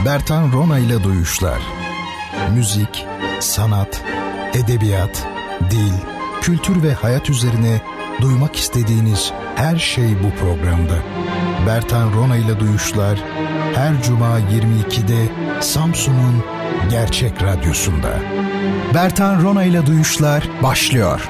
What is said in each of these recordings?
Bertan Rona ile Duyuşlar. Müzik, sanat, edebiyat, dil, kültür ve hayat üzerine duymak istediğiniz her şey bu programda. Bertan Rona ile Duyuşlar her cuma 22'de Samsun'un Gerçek Radyosu'nda. Bertan Rona ile Duyuşlar başlıyor.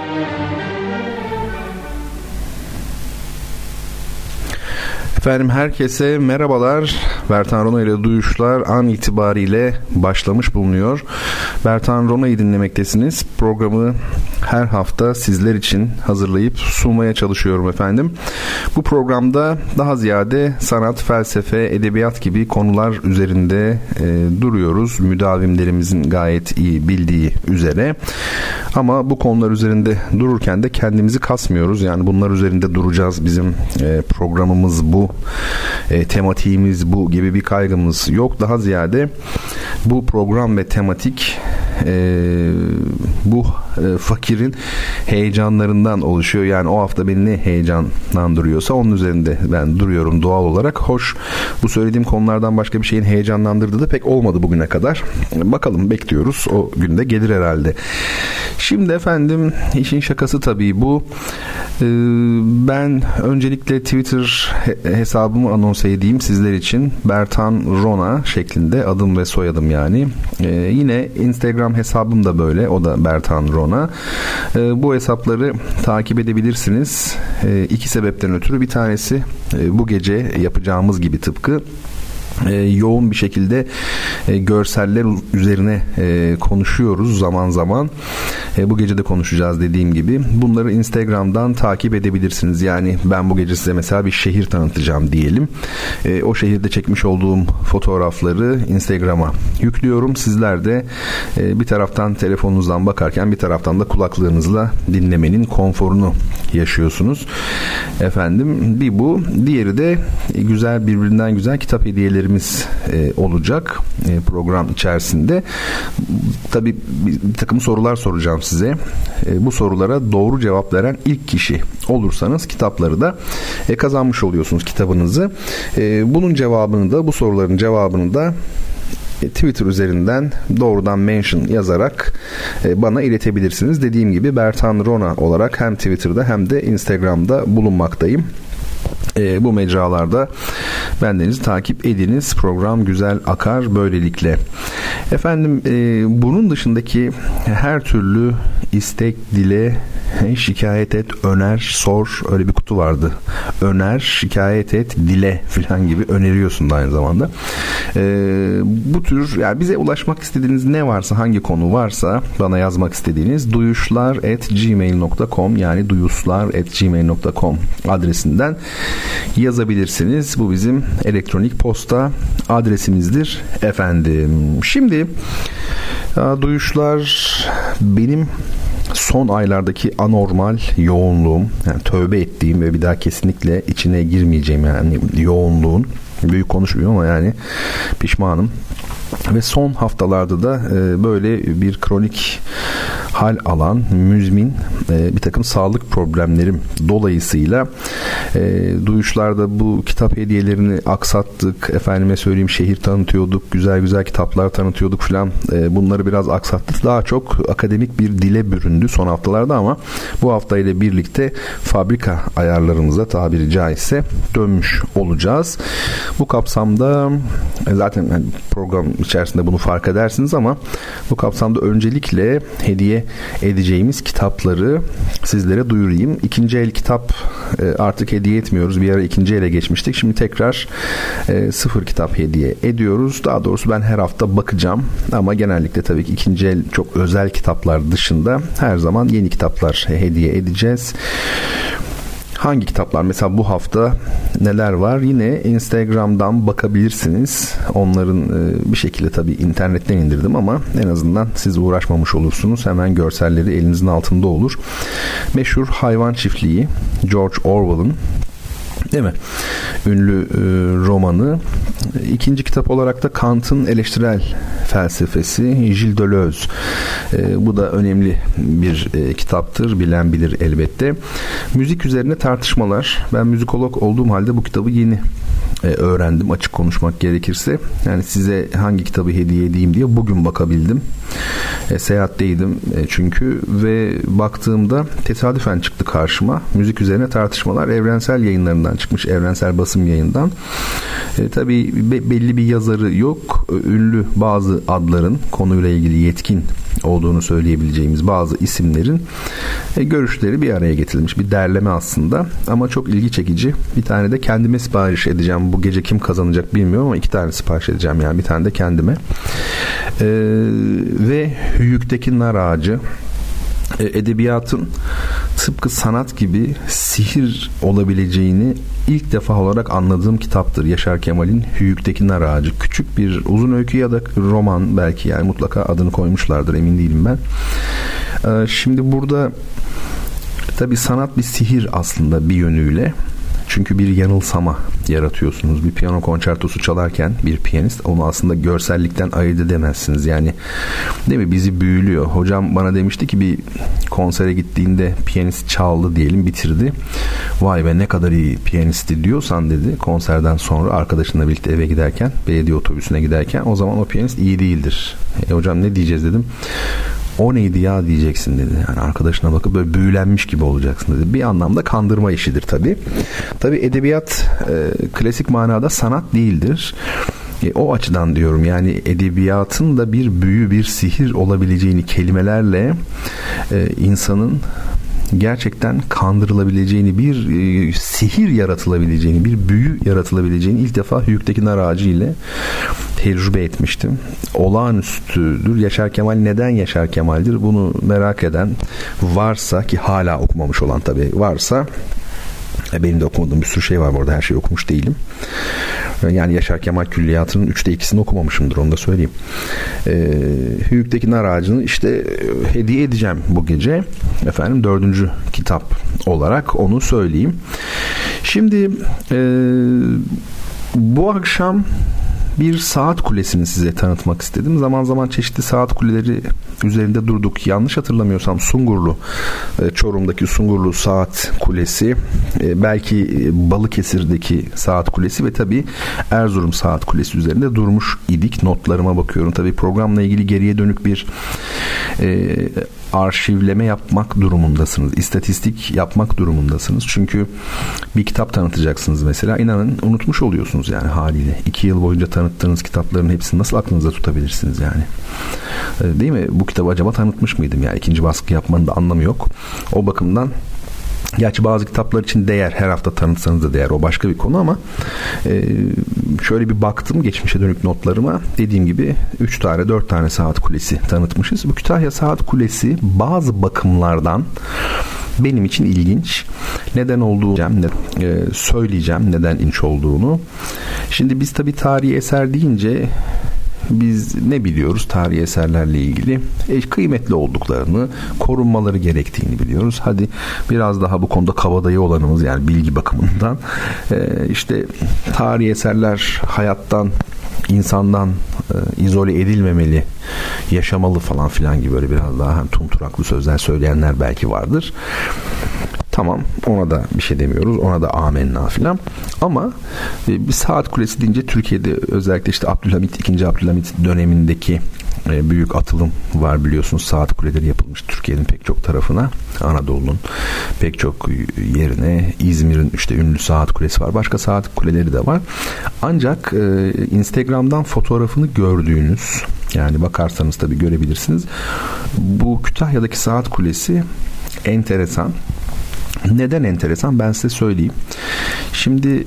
Efendim herkese merhabalar. Bertan Rona ile Duyuşlar an itibariyle başlamış bulunuyor. Bertan Rona'yı dinlemektesiniz. Programı her hafta sizler için hazırlayıp sunmaya çalışıyorum efendim. Bu programda daha ziyade sanat, felsefe, edebiyat gibi konular üzerinde duruyoruz. Müdavimlerimizin gayet iyi bildiği üzere. Ama bu konular üzerinde dururken de kendimizi kasmıyoruz. Yani bunlar üzerinde duracağız. Bizim programımız bu. Tematiğimiz bu gibi bir kaygımız yok. Daha ziyade bu program ve tematik bu fakirin heyecanlarından oluşuyor. Yani o hafta beni ne heyecanlandırıyorsa onun üzerinde ben duruyorum doğal olarak. Hoş, bu söylediğim konulardan başka bir şeyin heyecanlandırdığı da pek olmadı bugüne kadar. Bakalım, bekliyoruz. O günde gelir herhalde. Şimdi efendim işin şakası tabii bu. Ben öncelikle Twitter hesabımı anons edeyim sizler için. Bertan Rona şeklinde adım ve soyadım yani. Yine Instagram hesabım da böyle. O da Bertan Rona. Bu hesapları takip edebilirsiniz. İki sebepten ötürü. Bir tanesi bu gece yapacağımız gibi tıpkı yoğun bir şekilde görseller üzerine konuşuyoruz zaman zaman. Bu gece de konuşacağız dediğim gibi. Bunları Instagram'dan takip edebilirsiniz. Yani ben bu gece size mesela bir şehir tanıtacağım diyelim. O şehirde çekmiş olduğum fotoğrafları Instagram'a yüklüyorum. Sizler de bir taraftan telefonunuzdan bakarken bir taraftan da kulaklığınızla dinlemenin konforunu yaşıyorsunuz. Efendim bir bu. Diğeri de güzel, birbirinden güzel kitap hediyeleri olacak program içerisinde. Tabii bir takım sorular soracağım size. Bu sorulara doğru cevap veren ilk kişi olursanız kitapları da kazanmış oluyorsunuz, kitabınızı. Bunun cevabını da, bu soruların cevabını da Twitter üzerinden doğrudan mention yazarak bana iletebilirsiniz. Dediğim gibi Bertan Rona olarak hem Twitter'da hem de Instagram'da bulunmaktayım. Bu mecralarda bendenizi takip ediniz. Program güzel akar böylelikle. Efendim bunun dışındaki her türlü istek, dile, şikayet et, öner, sor, öyle bir kutu vardı. Öner, şikayet et, dile falan gibi öneriyorsun da aynı zamanda. Bu tür, yani bize ulaşmak istediğiniz ne varsa, hangi konu varsa bana yazmak istediğiniz duyuşlar@gmail.com yani duyuşlar@gmail.com adresinden yazabilirsiniz. Bu bizim elektronik posta adresimizdir efendim. Şimdi duyuşlar benim son aylardaki anormal yoğunluğum, yani tövbe ettiğim ve bir daha kesinlikle içine girmeyeceğim yani yoğunluğun, büyük konuşmuyorum ama yani pişmanım. Ve son haftalarda da böyle bir kronik hal alan, müzmin bir takım sağlık problemlerim dolayısıyla duyuşlarda bu kitap hediyelerini aksattık. Efendime söyleyeyim, şehir tanıtıyorduk, güzel güzel kitaplar tanıtıyorduk falan. Bunları biraz aksattık. Daha çok akademik bir dile büründü son haftalarda ama bu hafta ile birlikte fabrika ayarlarımıza tabiri caizse dönmüş olacağız. Bu kapsamda zaten program içerisinde bunu fark edersiniz ama bu kapsamda öncelikle hediye edeceğimiz kitapları sizlere duyurayım. İkinci el kitap artık hediye etmiyoruz. Bir ara ikinci ele geçmiştik. Şimdi tekrar sıfır kitap hediye ediyoruz. Daha doğrusu ben her hafta bakacağım ama genellikle tabii ki ikinci el çok özel kitaplar dışında her zaman yeni kitaplar hediye edeceğiz. Hangi kitaplar? Mesela bu hafta neler var? Yine Instagram'dan bakabilirsiniz. Onların bir şekilde tabii internetten indirdim ama en azından siz uğraşmamış olursunuz. Hemen görselleri elinizin altında olur. Meşhur Hayvan Çiftliği, George Orwell'ın, değil mi? Ünlü romanı. İkinci kitap olarak da Kant'ın eleştirel felsefesi, Gilles Deleuze. Bu da önemli bir kitaptır. Bilen bilir elbette. Müzik üzerine tartışmalar. Ben müzikolog olduğum halde bu kitabı yeni öğrendim açık konuşmak gerekirse. Yani size hangi kitabı hediye edeyim diye bugün bakabildim. Seyahatteydim çünkü ve baktığımda tesadüfen çıktı karşıma. Müzik üzerine tartışmalar Evrensel Yayınlarından çıkmış. Evrensel Basım Yayından. Tabii belli bir yazarı yok. Ünlü bazı adların konuyla ilgili yetkin olduğunu söyleyebileceğimiz bazı isimlerin görüşleri bir araya getirilmiş. Bir derleme aslında ama çok ilgi çekici. Bir tane de kendime sipariş edeceğim. Bu gece kim kazanacak bilmiyorum ama 2 tane sipariş edeceğim. Yani bir tane de kendime. Ve Hüyük'teki Nar Ağacı edebiyatın tıpkı sanat gibi sihir olabileceğini ilk defa olarak anladığım kitaptır. Yaşar Kemal'in Hüyük'teki Nar Ağacı. Küçük bir uzun öykü ya da roman belki, yani mutlaka adını koymuşlardır, emin değilim ben. Şimdi burada tabii sanat bir sihir aslında bir yönüyle. Çünkü bir yanılsama yaratıyorsunuz. Bir piyano konçertosu çalarken bir piyanist onu aslında görsellikten ayırt edemezsiniz. Yani değil mi? Bizi büyülüyor. Hocam bana demişti ki bir konsere gittiğinde piyanist çaldı diyelim, bitirdi. Vay be ne kadar iyi piyanisti diyorsan dedi, konserden sonra arkadaşınla birlikte eve giderken, belediye otobüsüne giderken, o zaman o piyanist iyi değildir. Hocam ne diyeceğiz dedim. O neydi ya diyeceksin dedi. Yani arkadaşına bakıp böyle büyülenmiş gibi olacaksın dedi. Bir anlamda kandırma işidir tabii. Tabii edebiyat klasik manada sanat değildir. O açıdan diyorum, yani edebiyatın da bir büyü, bir sihir olabileceğini, kelimelerle insanın gerçekten kandırılabileceğini, bir sihir yaratılabileceğini, bir büyü yaratılabileceğini ilk defa Hüyük'teki Nar Ağacı ile tecrübe etmiştim. Olağanüstüdür. Yaşar Kemal neden Yaşar Kemal'dir? Bunu merak eden varsa, ki hala okumamış olan tabii varsa, benim de okumadığım bir sürü şey var bu arada, her şeyi okumuş değilim. Yani Yaşar Kemal külliyatının 3'te 2'sini okumamışımdır, onu da söyleyeyim. Hüyük'teki Nar Ağacı'nı işte hediye edeceğim bu gece. Efendim 4. kitap olarak onu söyleyeyim. Şimdi bu akşam bir saat kulesini size tanıtmak istedim. Zaman zaman çeşitli saat kuleleri üzerinde durduk. Yanlış hatırlamıyorsam Sungurlu, Çorum'daki Sungurlu Saat Kulesi, belki Balıkesir'deki Saat Kulesi ve tabii Erzurum Saat Kulesi üzerinde durmuş idik. Notlarıma bakıyorum. Tabii programla ilgili geriye dönük bir arşivleme yapmak durumundasınız. İstatistik yapmak durumundasınız. Çünkü bir kitap tanıtacaksınız mesela. İnanın unutmuş oluyorsunuz yani haliyle. 2 yıl boyunca tanıttığınız kitapların hepsini nasıl aklınıza tutabilirsiniz yani? Değil mi? Bu kitabı acaba tanıtmış mıydım? Yani 2. baskı yapmanın da anlamı yok. O bakımdan gerçi bazı kitaplar için değer. Her hafta tanıtsanız da değer. O başka bir konu ama şöyle bir baktım geçmişe dönük notlarıma. Dediğim gibi 3 tane 4 tane Saat Kulesi tanıtmışız. Bu Kütahya Saat Kulesi bazı bakımlardan benim için ilginç. Neden olduğunu söyleyeceğim. Neden ilginç olduğunu. Şimdi biz tabii tarihi eser deyince biz ne biliyoruz tarihi eserlerle ilgili? Kıymetli olduklarını, korunmaları gerektiğini biliyoruz. Hadi biraz daha bu konuda kabadayı olanımız, yani bilgi bakımından işte tarihi eserler hayattan, insandan izole edilmemeli, yaşamalı falan filan gibi böyle biraz daha tumturaklı sözler söyleyenler belki vardır. Tamam, ona da bir şey demiyoruz. Ona da amenna filan. Ama bir saat kulesi deyince Türkiye'de özellikle işte Abdülhamit, 2. Abdülhamit dönemindeki büyük atılım var biliyorsunuz. Saat kuleleri yapılmış Türkiye'nin pek çok tarafına. Anadolu'nun pek çok yerine. İzmir'in işte ünlü saat kulesi var. Başka saat kuleleri de var. Ancak Instagram'dan fotoğrafını gördüğünüz, yani bakarsanız tabii görebilirsiniz. Bu Kütahya'daki saat kulesi enteresan. Neden enteresan? Ben size söyleyeyim. Şimdi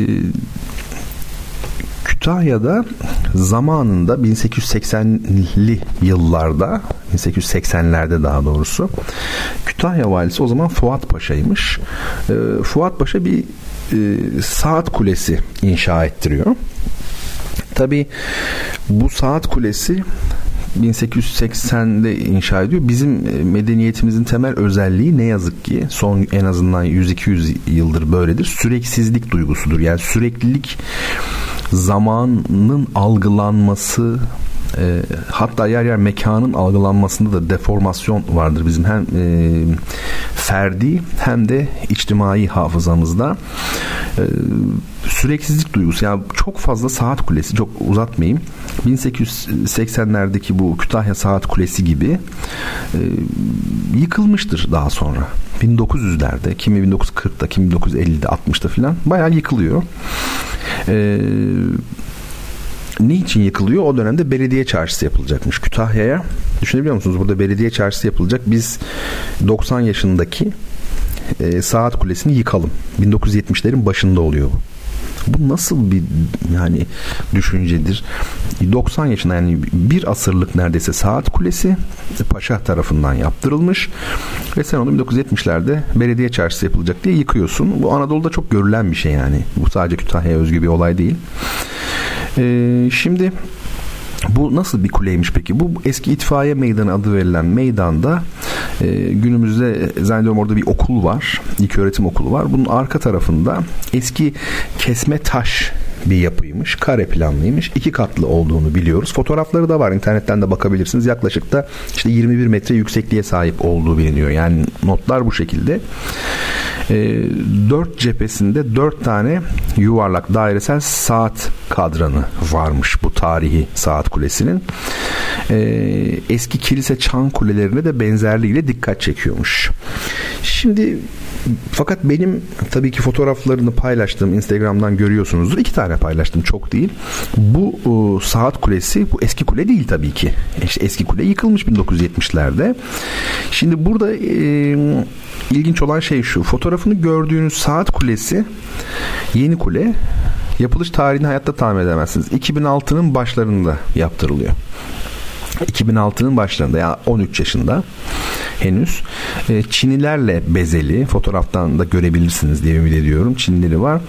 Kütahya'da zamanında 1880'li yıllarda, 1880'lerde daha doğrusu, Kütahya valisi o zaman Fuat Paşa'ymış. Fuat Paşa bir saat kulesi inşa ettiriyor. Tabii bu saat kulesi 1880'de inşa ediyor. Bizim medeniyetimizin temel özelliği ne yazık ki son en azından 100-200 yıldır böyledir. Süreksizlik duygusudur. Yani süreklilik, zamanın algılanması, hatta yer yer mekanın algılanmasında da deformasyon vardır. Bizim hem ferdi hem de içtimai hafızamızda süreksizlik duygusu. Yani çok fazla saat kulesi, çok uzatmayayım, 1880'lerdeki bu Kütahya Saat Kulesi gibi yıkılmıştır daha sonra. 1900'lerde, kimi 1940'da, kimi 1950'de, 60'da filan bayağı yıkılıyor. Niçin yıkılıyor? O dönemde belediye çarşısı yapılacakmış Kütahya'ya. Düşünebiliyor musunuz? Burada belediye çarşısı yapılacak. Biz 90 yaşındaki Saat Kulesi'ni yıkalım. 1970'lerin başında oluyor bu. Bu nasıl bir yani düşüncedir? 90 yaşında, yani bir asırlık neredeyse Saat Kulesi paşa tarafından yaptırılmış ve sen onu 1970'lerde belediye çarşısı yapılacak diye yıkıyorsun. Bu Anadolu'da çok görülen bir şey yani. Bu sadece Kütahya'ya özgü bir olay değil. Şimdi bu nasıl bir kuleymiş peki? Bu eski itfaiye meydanı adı verilen meydanda günümüzde zannediyorum orada bir okul var. İlköğretim okulu var. Bunun arka tarafında eski kesme taş bir yapıymış. Kare planlıymış. 2 katlı olduğunu biliyoruz. Fotoğrafları da var. İnternetten de bakabilirsiniz. Yaklaşık da işte 21 metre yüksekliğe sahip olduğu biliniyor. Yani notlar bu şekilde. 4 cephesinde 4 tane yuvarlak dairesel saat kadranı varmış bu tarihi Saat Kulesi'nin. Eski kilise çan kulelerine de benzerliğiyle dikkat çekiyormuş. Şimdi fakat benim tabii ki fotoğraflarını paylaştığım, Instagram'dan görüyorsunuzdur. 2 tane paylaştım, çok değil. Bu Saat Kulesi, bu eski kule değil tabii ki. İşte eski kule yıkılmış 1970'lerde. Şimdi burada ilginç olan şey şu. Fotoğrafını gördüğünüz Saat Kulesi, yeni kule, yapılış tarihini hayatta tahmin edemezsiniz. 2006'nın başlarında yaptırılıyor. 2006'nın başlarında, yani 13 yaşında henüz. Çinilerle bezeli, fotoğraftan da görebilirsiniz diye ümit ediyorum. Çinileri var.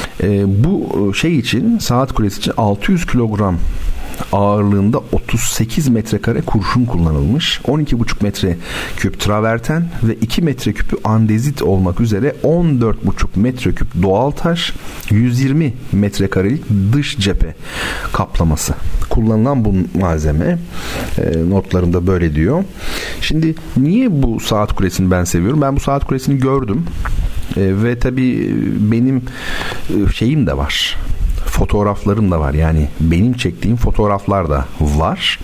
Bu şey için, Saat Kulesi için 600 kilogram ağırlığında 38 metrekare kurşun kullanılmış. 12,5 metreküp traverten ve 2 metreküpü andezit olmak üzere 14,5 metreküp doğal taş, 120 metrekarelik dış cephe kaplaması kullanılan bu malzeme. Notlarında böyle diyor. Şimdi niye bu Saat Kulesi'ni ben seviyorum? Ben bu Saat Kulesi'ni gördüm. Ve tabii benim şeyim de var. Fotoğraflarım da var. Yani benim çektiğim fotoğraflar da var.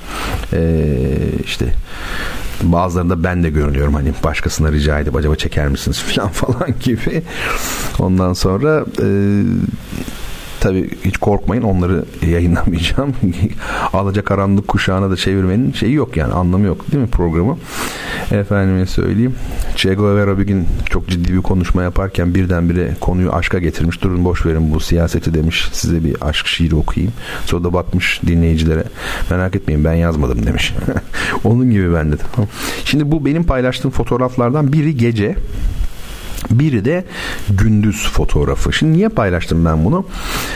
İşte bazılarında ben de görünüyorum. Hani başkasına rica edip acaba çeker misiniz falan gibi. Ondan sonra tabii hiç korkmayın, onları yayınlamayacağım. Alacakaranlık kuşağına da çevirmenin şeyi yok yani, anlamı yok değil mi programı? Efendime söyleyeyim. Che Guevara bir gün çok ciddi bir konuşma yaparken birdenbire konuyu aşka getirmiş. Durun boş verin bu siyaseti demiş. Size bir aşk şiiri okuyayım. Sonra da bakmış dinleyicilere. Merak etmeyin, ben yazmadım demiş. Onun gibi ben de. Şimdi bu benim paylaştığım fotoğraflardan biri gece, biri de gündüz fotoğrafı. Şimdi niye paylaştım ben bunu?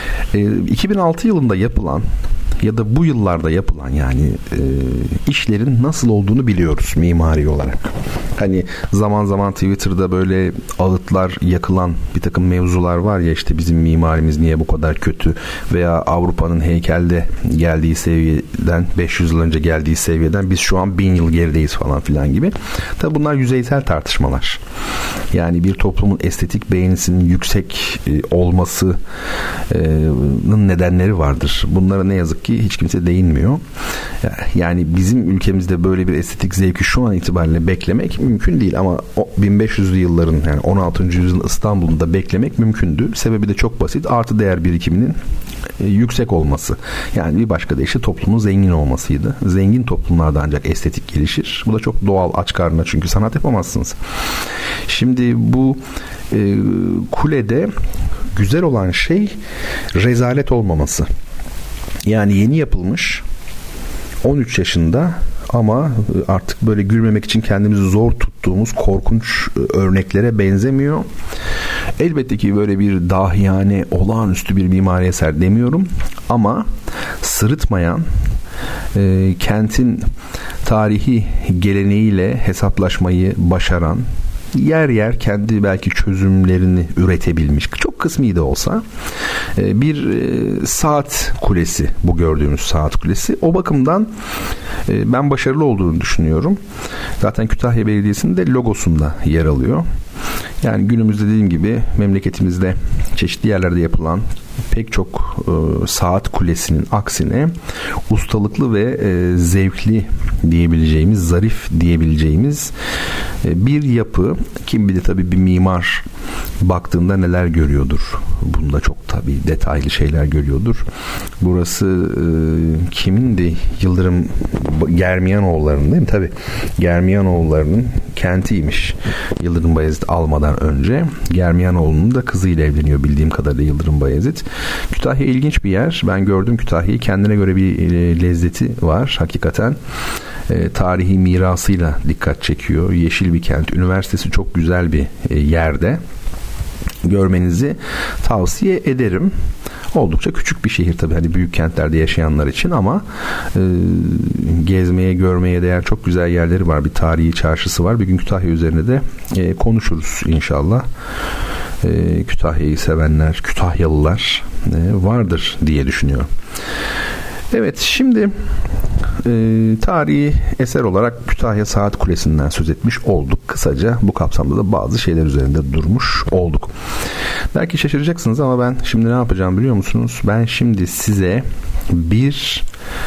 2006 yılında yapılan ya da bu yıllarda yapılan yani işlerin nasıl olduğunu biliyoruz mimari olarak. Hani zaman zaman Twitter'da böyle ağıtlar yakılan bir takım mevzular var ya, işte bizim mimarimiz niye bu kadar kötü veya Avrupa'nın heykelde geldiği seviyeden, 500 yıl önce geldiği seviyeden biz şu an 1000 yıl gerideyiz falan filan gibi. Tabi bunlar yüzeysel tartışmalar. Yani bir toplumun estetik beğenisinin yüksek olmasının nedenleri vardır. Bunlara ne yazık ki hiç kimse değinmiyor. Yani bizim ülkemizde böyle bir estetik zevki şu an itibariyle beklemek mümkün değil ama 1500'lü yılların, yani 16. yüzyılın İstanbul'da beklemek mümkündü. Sebebi de çok basit. Artı değer birikiminin yüksek olması. Yani bir başka deyişle toplumun zengin olmasıydı. Zengin toplumlarda ancak estetik gelişir. Bu da çok doğal, aç karnına çünkü sanat yapamazsınız. Şimdi bu kulede güzel olan şey rezalet olmaması. Yani yeni yapılmış, 13 yaşında ama artık böyle gülmemek için kendimizi zor tuttuğumuz korkunç örneklere benzemiyor. Elbette ki böyle bir dahiyane, olağanüstü bir mimari eser demiyorum ama sırıtmayan, kentin tarihi geleneğiyle hesaplaşmayı başaran, yer yer kendi belki çözümlerini üretebilmiş, çok kısmi de olsa bir saat kulesi, bu gördüğünüz saat kulesi. O bakımdan ben başarılı olduğunu düşünüyorum. Zaten Kütahya Belediyesi'nin de logosunda yer alıyor. Yani günümüzde dediğim gibi memleketimizde çeşitli yerlerde yapılan pek çok saat kulesinin aksine ustalıklı ve zevkli diyebileceğimiz, zarif diyebileceğimiz bir yapı. Kim bilir tabii bir mimar baktığında neler görüyordur. Bunda çok tabii detaylı şeyler görüyordur. Burası kimindi? Yıldırım Germiyanoğulları'nın, değil mi? Tabii Germiyanoğulları'nın kentiymiş. Yıldırım Bayezid almadan önce. Germiyanoğlu'nun da kızıyla evleniyor bildiğim kadarıyla Yıldırım Bayezid. Kütahya ilginç bir yer. Ben gördüm Kütahya'yı. Kendine göre bir lezzeti var hakikaten. Tarihi mirasıyla dikkat çekiyor. Yeşil bir kent. Üniversitesi çok güzel bir yerde. Görmenizi tavsiye ederim. Oldukça küçük bir şehir tabii, hani büyük kentlerde yaşayanlar için, ama gezmeye, görmeye değer çok güzel yerleri var. Bir tarihi çarşısı var. Bir gün Kütahya üzerine de konuşuruz inşallah. Kütahya'yı sevenler, Kütahyalılar vardır diye düşünüyorum. Evet, şimdi tarihi eser olarak Kütahya Saat Kulesi'nden söz etmiş olduk. Kısaca bu kapsamda da bazı şeyler üzerinde durmuş olduk. Belki şaşıracaksınız ama ben şimdi ne yapacağım biliyor musunuz? Ben şimdi size bir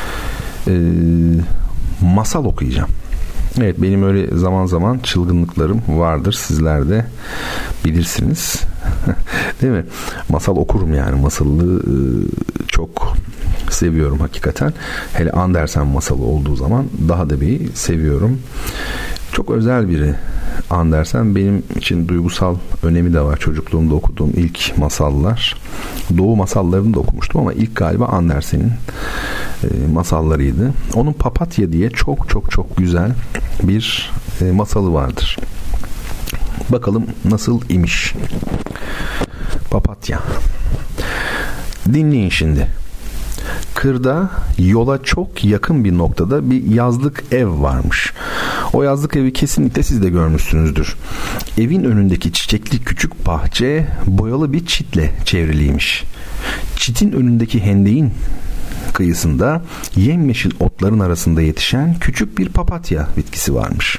masal okuyacağım. Evet, benim öyle zaman zaman çılgınlıklarım vardır. Sizler de bilirsiniz. Değil mi? Masal okurum yani. Masalı çok seviyorum hakikaten. Hele Andersen masalı olduğu zaman daha da bir seviyorum. Çok özel biri Andersen. Benim için duygusal önemi de var. Çocukluğumda okuduğum ilk masallar. Doğu masallarını da okumuştum ama ilk galiba Andersen'in masallarıydı. Onun Papatya diye çok çok çok güzel bir masalı vardır. Bakalım nasıl imiş. Papatya. Dinleyin şimdi. Kırda yola çok yakın bir noktada bir yazlık ev varmış. O yazlık evi kesinlikle siz de görmüşsünüzdür. Evin önündeki çiçekli küçük bahçe boyalı bir çitle çevriliymiş. Çitin önündeki hendeğin kıyısında yemyeşil otların arasında yetişen küçük bir papatya bitkisi varmış.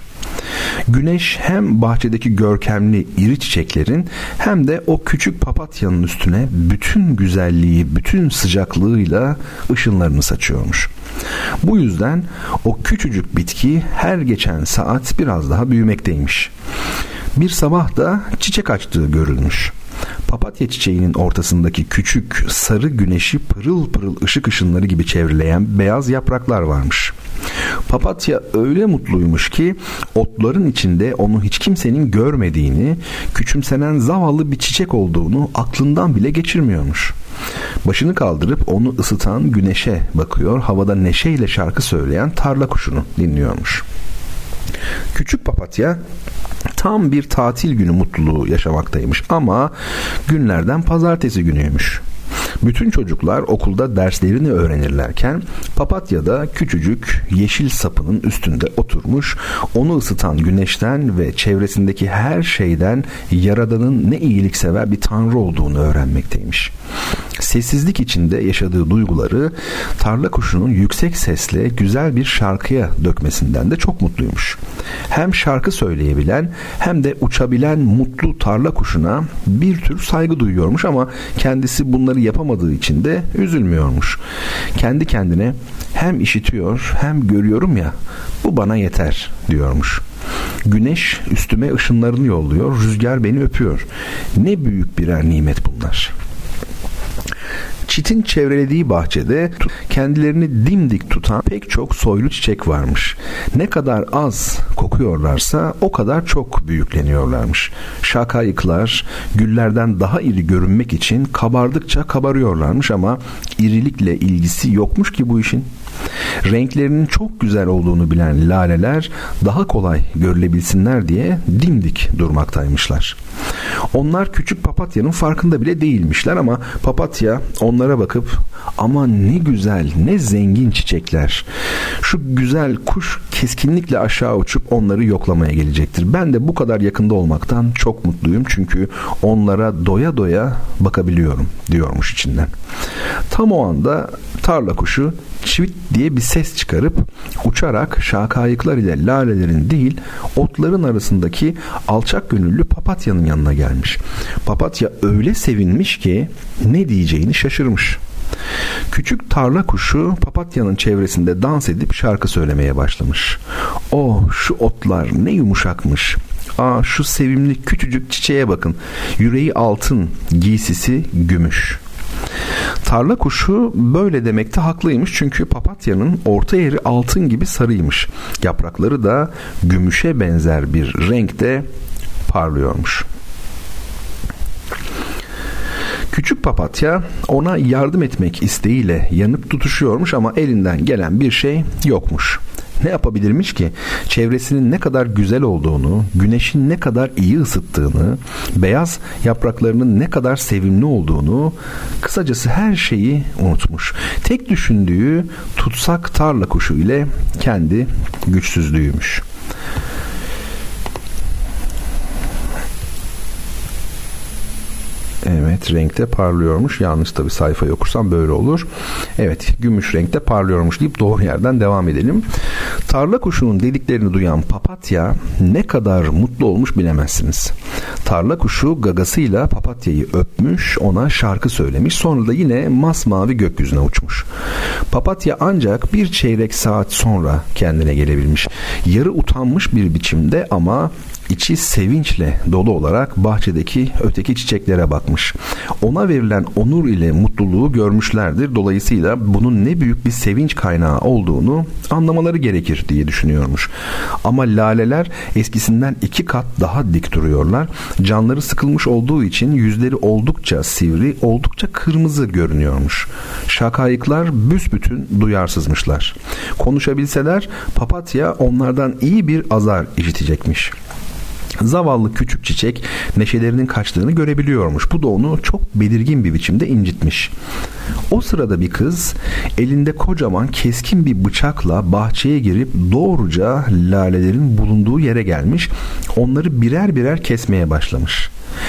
Güneş hem bahçedeki görkemli iri çiçeklerin hem de o küçük papatyanın üstüne bütün güzelliği, bütün sıcaklığıyla ışınlarını saçıyormuş. Bu yüzden o küçücük bitki her geçen saat biraz daha büyümekteymiş. Bir sabah da çiçek açtığı görülmüş. Papatya çiçeğinin ortasındaki küçük sarı güneşi pırıl pırıl ışık ışınları gibi çevreleyen beyaz yapraklar varmış. Papatya öyle mutluymuş ki otların içinde onu hiç kimsenin görmediğini, küçümsenen zavallı bir çiçek olduğunu aklından bile geçirmiyormuş. Başını kaldırıp onu ısıtan güneşe bakıyor, havada neşeyle şarkı söyleyen tarla kuşunu dinliyormuş. Küçük papatya tam bir tatil günü mutluluğu yaşamaktaymış ama günlerden pazartesi günüymüş. Bütün çocuklar okulda derslerini öğrenirlerken papatya da küçücük yeşil sapının üstünde oturmuş, onu ısıtan güneşten ve çevresindeki her şeyden Yaradan'ın ne iyiliksever bir tanrı olduğunu öğrenmekteymiş. Sessizlik içinde yaşadığı duyguları tarla kuşunun yüksek sesle güzel bir şarkıya dökmesinden de çok mutluymuş. Hem şarkı söyleyebilen hem de uçabilen mutlu tarla kuşuna bir tür saygı duyuyormuş ama kendisi bunları yapamadığı için de üzülmüyormuş. Kendi kendine hem işitiyor hem görüyorum ya, bu bana yeter diyormuş. Güneş üstüme ışınlarını yolluyor, rüzgar beni öpüyor. Ne büyük birer nimet bunlar. Çitin çevrelediği bahçede kendilerini dimdik tutan pek çok soylu çiçek varmış. Ne kadar az kokuyorlarsa o kadar çok büyükleniyorlarmış. Şakayıklar güllerden daha iri görünmek için kabardıkça kabarıyorlarmış ama irilikle ilgisi yokmuş ki bu işin. Renklerinin çok güzel olduğunu bilen laleler daha kolay görülebilsinler diye dimdik durmaktaymışlar. Onlar küçük papatyanın farkında bile değilmişler ama papatya onlara bakıp "Ama ne güzel, ne zengin çiçekler. Şu güzel kuş keskinlikle aşağı uçup onları yoklamaya gelecektir. Ben de bu kadar yakında olmaktan çok mutluyum çünkü onlara doya doya bakabiliyorum diyormuş içinden. Tam o anda tarla kuşu çivit diye bir ses çıkarıp uçarak şakayıklar ile lalelerin değil otların arasındaki alçak gönüllü papatyanın yanına gelmiş. Papatya öyle sevinmiş ki ne diyeceğini şaşırmış. Küçük tarla kuşu papatyanın çevresinde dans edip şarkı söylemeye başlamış. Oh, şu otlar ne yumuşakmış. Aa, şu sevimli küçücük çiçeğe bakın. Yüreği altın, giysisi gümüş. Tarla kuşu böyle demekte haklıymış çünkü papatyanın orta yeri altın gibi sarıymış. Yaprakları da gümüşe benzer bir renkte parlıyormuş. Küçük papatya ona yardım etmek isteğiyle yanıp tutuşuyormuş ama elinden gelen bir şey yokmuş. Ne yapabilirmiş ki? Çevresinin ne kadar güzel olduğunu, güneşin ne kadar iyi ısıttığını, beyaz yapraklarının ne kadar sevimli olduğunu, kısacası her şeyi unutmuş. Tek düşündüğü tutsak tarla kuşu ile kendi güçsüzlüğüymüş. Evet, renkte parlıyormuş. Yanlış tabii, sayfayı okursam böyle olur. Evet, gümüş renkte parlıyormuş deyip doğru yerden devam edelim. Tarla kuşunun dediklerini duyan papatya ne kadar mutlu olmuş bilemezsiniz. Tarla kuşu gagasıyla papatyayı öpmüş, ona şarkı söylemiş. Sonra da yine masmavi gökyüzüne uçmuş. Papatya ancak bir çeyrek saat sonra kendine gelebilmiş. Yarı utanmış bir biçimde ama İçi sevinçle dolu olarak bahçedeki öteki çiçeklere bakmış. Ona verilen onur ile mutluluğu görmüşlerdir. Dolayısıyla bunun ne büyük bir sevinç kaynağı olduğunu anlamaları gerekir diye düşünüyormuş. Ama laleler eskisinden 2 kat daha dik duruyorlar. Canları sıkılmış olduğu için yüzleri oldukça sivri, oldukça kırmızı görünüyormuş. Şakayıklar büsbütün duyarsızmışlar. Konuşabilseler papatya onlardan iyi bir azar işitecekmiş. Zavallı küçük çiçek neşelerinin kaçtığını görebiliyormuş. Bu da onu çok belirgin bir biçimde incitmiş. O sırada bir kız elinde kocaman keskin bir bıçakla bahçeye girip doğruca lalelerin bulunduğu yere gelmiş. Onları birer birer kesmeye başlamış.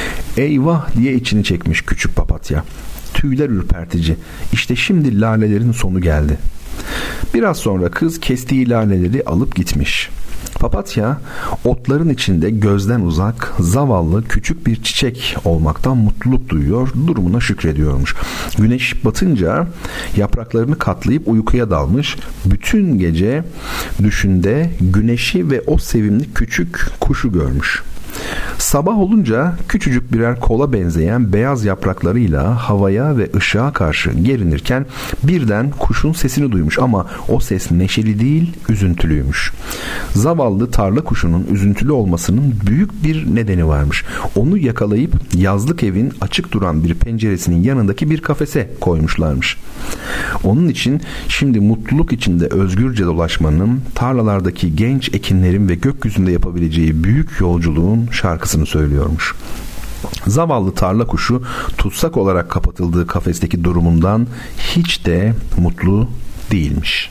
Eyvah diye içini çekmiş küçük papatya. Tüyler ürpertici. İşte şimdi lalelerin sonu geldi. Biraz sonra kız kestiği laleleri alıp gitmiş. Papatya otların içinde gözden uzak, zavallı küçük bir çiçek olmaktan mutluluk duyuyor, durumuna şükrediyormuş. Güneş batınca yapraklarını katlayıp uykuya dalmış. Bütün gece düşünde güneşi ve o sevimli küçük kuşu görmüş. Sabah olunca küçücük birer kola benzeyen beyaz yapraklarıyla havaya ve ışığa karşı gerinirken birden kuşun sesini duymuş ama o ses neşeli değil, üzüntülüymüş. Zavallı tarla kuşunun üzüntülü olmasının büyük bir nedeni varmış. Onu yakalayıp yazlık evin açık duran bir penceresinin yanındaki bir kafese koymuşlarmış. Onun için şimdi mutluluk içinde özgürce dolaşmanın, tarlalardaki genç ekinlerin ve gökyüzünde yapabileceği büyük yolculuğun şarkısını söylüyormuş. Zavallı tarla kuşu tutsak olarak kapatıldığı kafesteki durumundan hiç de mutlu değilmiş.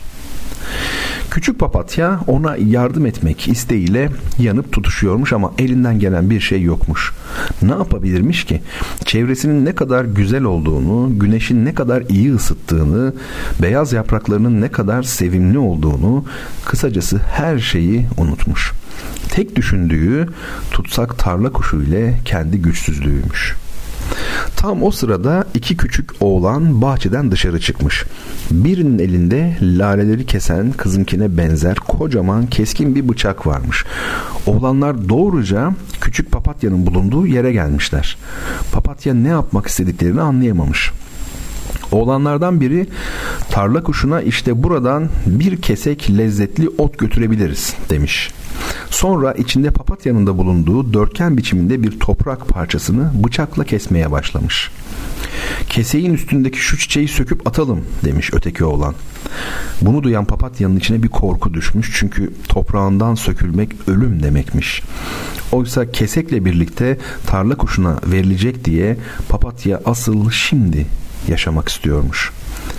Küçük papatya ona yardım etmek isteğiyle yanıp tutuşuyormuş ama elinden gelen bir şey yokmuş. Ne yapabilirmiş ki? Çevresinin ne kadar güzel olduğunu, güneşin ne kadar iyi ısıttığını, beyaz yapraklarının ne kadar sevimli olduğunu, kısacası her şeyi unutmuş. Tek düşündüğü tutsak tarla kuşu ile kendi güçsüzlüğüymüş. Tam o sırada 2 küçük oğlan bahçeden dışarı çıkmış. Birinin elinde laleleri kesen kızınkine benzer kocaman keskin bir bıçak varmış. Oğlanlar doğruca küçük papatyanın bulunduğu yere gelmişler. Papatya ne yapmak istediklerini anlayamamış. Oğlanlardan biri tarla kuşuna işte buradan bir kesek lezzetli ot götürebiliriz demiş. Sonra içinde papatyanın da bulunduğu dörtgen biçiminde bir toprak parçasını bıçakla kesmeye başlamış. Keseğin üstündeki şu çiçeği söküp atalım demiş öteki oğlan. Bunu duyan papatyanın içine bir korku düşmüş çünkü toprağından sökülmek ölüm demekmiş. Oysa kesekle birlikte tarla kuşuna verilecek diye papatya asıl şimdi yaşamak istiyormuş.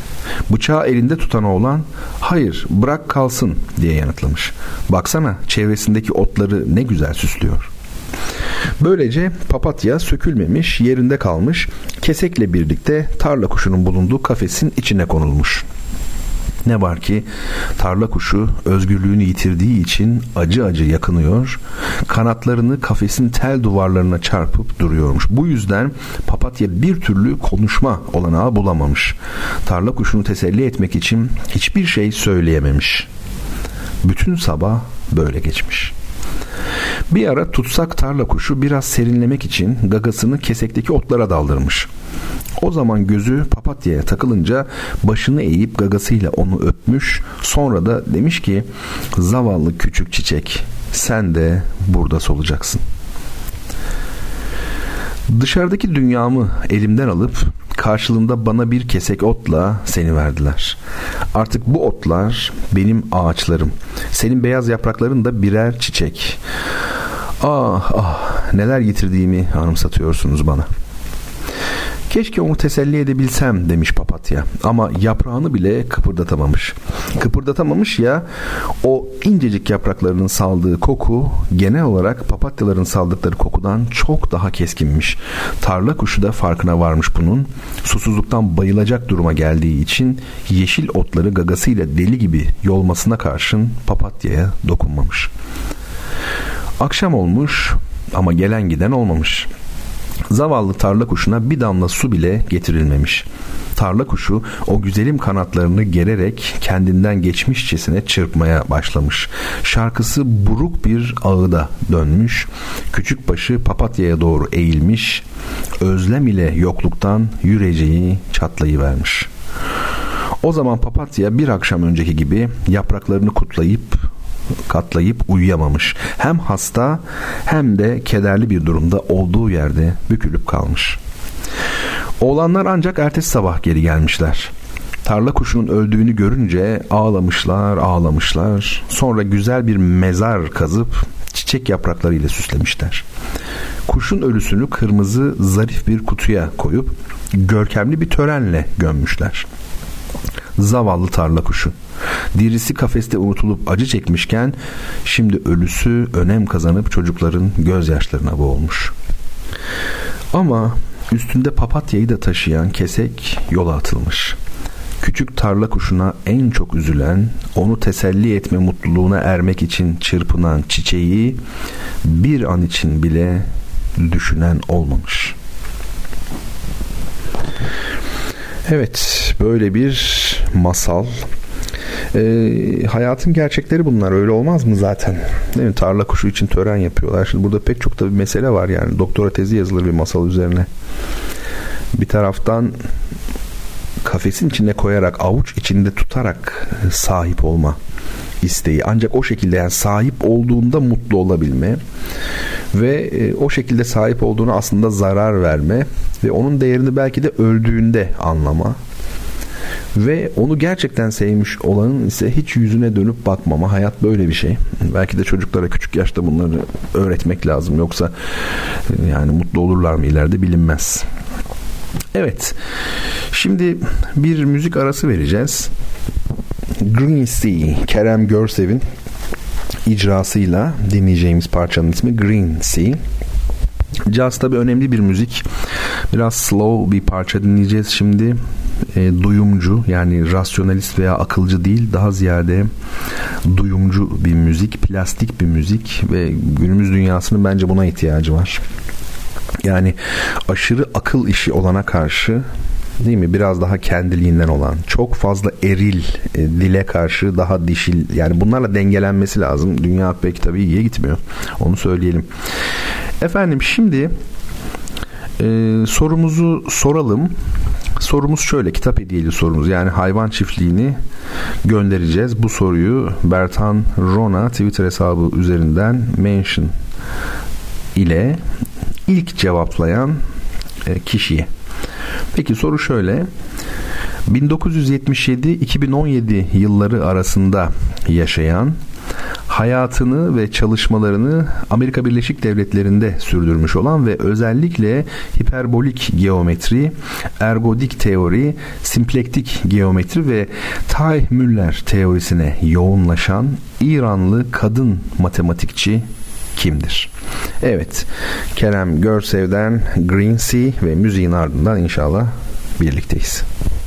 Bıçağı elinde tutan oğlan hayır bırak kalsın diye yanıtlamış. Baksana çevresindeki otları ne güzel süslüyor. Böylece papatya sökülmemiş, yerinde kalmış, kesekle birlikte tarla kuşunun bulunduğu kafesin içine konulmuş. Ne var ki tarla kuşu özgürlüğünü yitirdiği için acı acı yakınıyor, kanatlarını kafesin tel duvarlarına çarpıp duruyormuş. Bu yüzden papatya bir türlü konuşma olanağı bulamamış. Tarla kuşunu teselli etmek için hiçbir şey söyleyememiş. Bütün sabah böyle geçmiş. Bir ara tutsak tarla kuşu biraz serinlemek için gagasını kesekteki otlara daldırmış. O zaman gözü papatyaya takılınca başını eğip gagasıyla onu öpmüş. Sonra da demiş ki zavallı küçük çiçek sen de burada solacaksın. Dışarıdaki dünyamı elimden alıp karşılığında bana bir kesek otla seni verdiler. Artık bu otlar benim ağaçlarım. Senin beyaz yaprakların da birer çiçek. Ah ah neler yitirdiğimi anımsatıyorsunuz bana. Keşke onu teselli edebilsem demiş papatya ama yaprağını bile kıpırdatamamış. Kıpırdatamamış ya o incecik yapraklarının saldığı koku genel olarak papatyaların saldıkları kokudan çok daha keskinmiş. Tarla kuşu da farkına varmış bunun. Susuzluktan bayılacak duruma geldiği için yeşil otları gagasıyla deli gibi yolmasına karşın papatyaya dokunmamış. Akşam olmuş ama gelen giden olmamış. Zavallı tarla kuşuna bir damla su bile getirilmemiş. Tarla kuşu o güzelim kanatlarını gererek kendinden geçmişçesine çırpmaya başlamış. Şarkısı buruk bir ağıda dönmüş. Küçük başı papatyaya doğru eğilmiş. Özlem ile yokluktan yüreceği çatlayıvermiş. O zaman papatya bir akşam önceki gibi yapraklarını katlayıp uyuyamamış. Hem hasta hem de kederli bir durumda olduğu yerde bükülüp kalmış. Oğlanlar ancak ertesi sabah geri gelmişler. Tarla kuşunun öldüğünü görünce ağlamışlar. Sonra güzel bir mezar kazıp çiçek yapraklarıyla süslemişler. Kuşun ölüsünü kırmızı zarif bir kutuya koyup görkemli bir törenle gömmüşler. Zavallı tarla kuşu. Dirisi kafeste unutulup acı çekmişken şimdi ölüsü önem kazanıp çocukların gözyaşlarına boğulmuş. Ama üstünde papatyayı da taşıyan kesek yola atılmış. Küçük tarla kuşuna en çok üzülen, onu teselli etme mutluluğuna ermek için çırpınan çiçeği bir an için bile düşünen olmamış. Evet, böyle bir masal. Hayatın gerçekleri bunlar, öyle olmaz mı zaten? Değil mi? Tarla kuşu için tören yapıyorlar. Şimdi burada pek çok da bir mesele var yani. Doktora tezi yazılır bir masal üzerine. Bir taraftan kafesin içine koyarak, avuç içinde tutarak sahip olma isteği. Ancak o şekilde, yani sahip olduğunda mutlu olabilme ve o şekilde sahip olduğuna aslında zarar verme ve onun değerini belki de öldüğünde anlama ve onu gerçekten sevmiş olanın ise hiç yüzüne dönüp bakmama. Hayat böyle bir şey. Belki de çocuklara küçük yaşta bunları öğretmek lazım. Yoksa yani mutlu olurlar mı ileride bilinmez. Evet. Şimdi bir müzik arası vereceğiz. Green Sea, Kerem Görsev'in icrasıyla dinleyeceğimiz parçanın ismi Green Sea. Caz tabii önemli bir müzik. Biraz slow bir parça dinleyeceğiz şimdi. Duyumcu, yani rasyonalist veya akılcı değil, daha ziyade duyumcu bir müzik, plastik bir müzik ve günümüz dünyasının bence buna ihtiyacı var. Yani aşırı akıl işi olana karşı, değil mi, biraz daha kendiliğinden olan, çok fazla eril dile karşı daha dişil, yani bunlarla dengelenmesi lazım. Dünya pek tabii iyiye gitmiyor, onu söyleyelim. Efendim şimdi sorumuzu soralım. Sorumuz şöyle, kitap hediyeli sorumuz, yani hayvan çiftliğini göndereceğiz. Bu soruyu Bertan Rona Twitter hesabı üzerinden mention ile ilk cevaplayan kişiye. Peki soru şöyle: 1977-2017 yılları arasında yaşayan, hayatını ve çalışmalarını Amerika Birleşik Devletleri'nde sürdürmüş olan ve özellikle hiperbolik geometri, ergodik teori, simplektik geometri ve Teichmüller teorisine yoğunlaşan İranlı kadın matematikçi kimdir? Evet, Kerem Görsev'den Green Sea ve müziğin ardından inşallah birlikteyiz.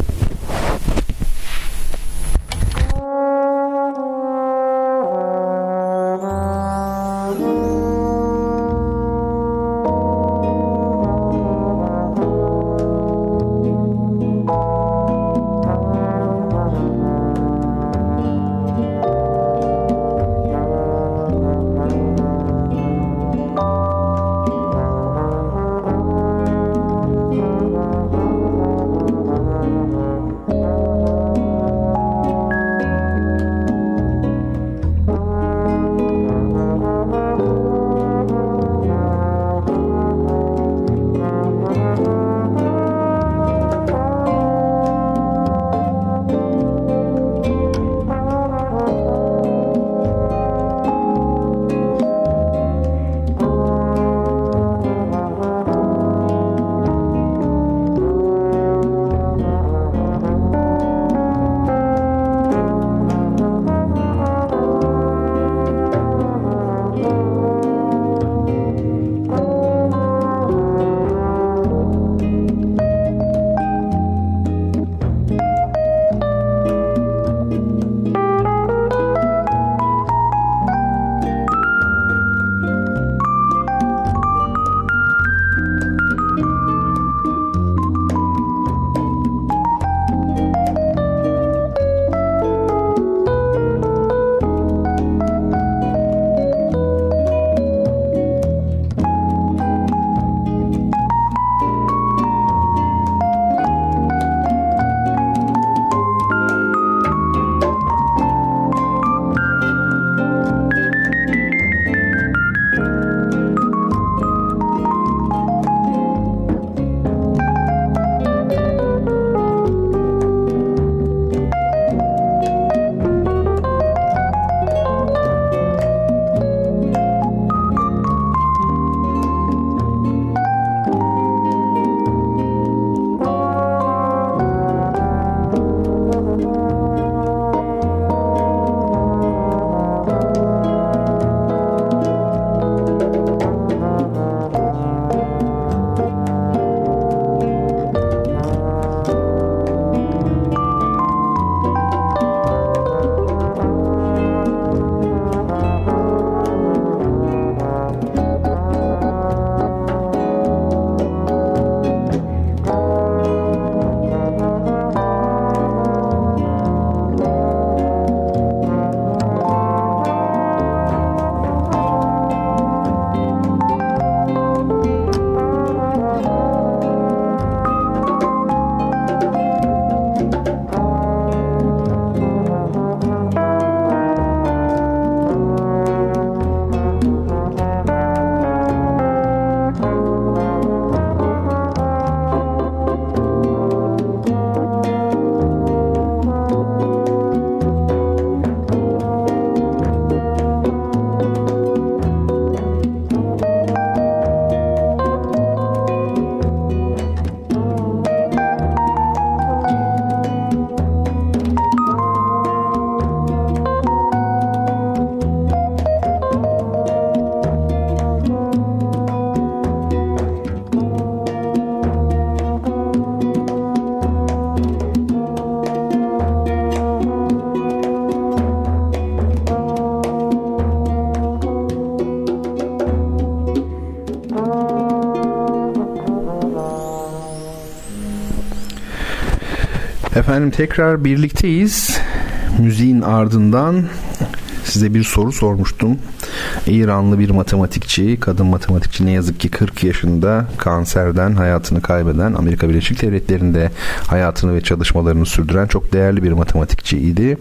Efendim tekrar birlikteyiz. Müziğin ardından size bir soru sormuştum. İranlı bir matematikçi, kadın matematikçi, ne yazık ki 40 yaşında kanserden hayatını kaybeden, Amerika Birleşik Devletleri'nde hayatını ve çalışmalarını sürdüren çok değerli bir matematikçiydi.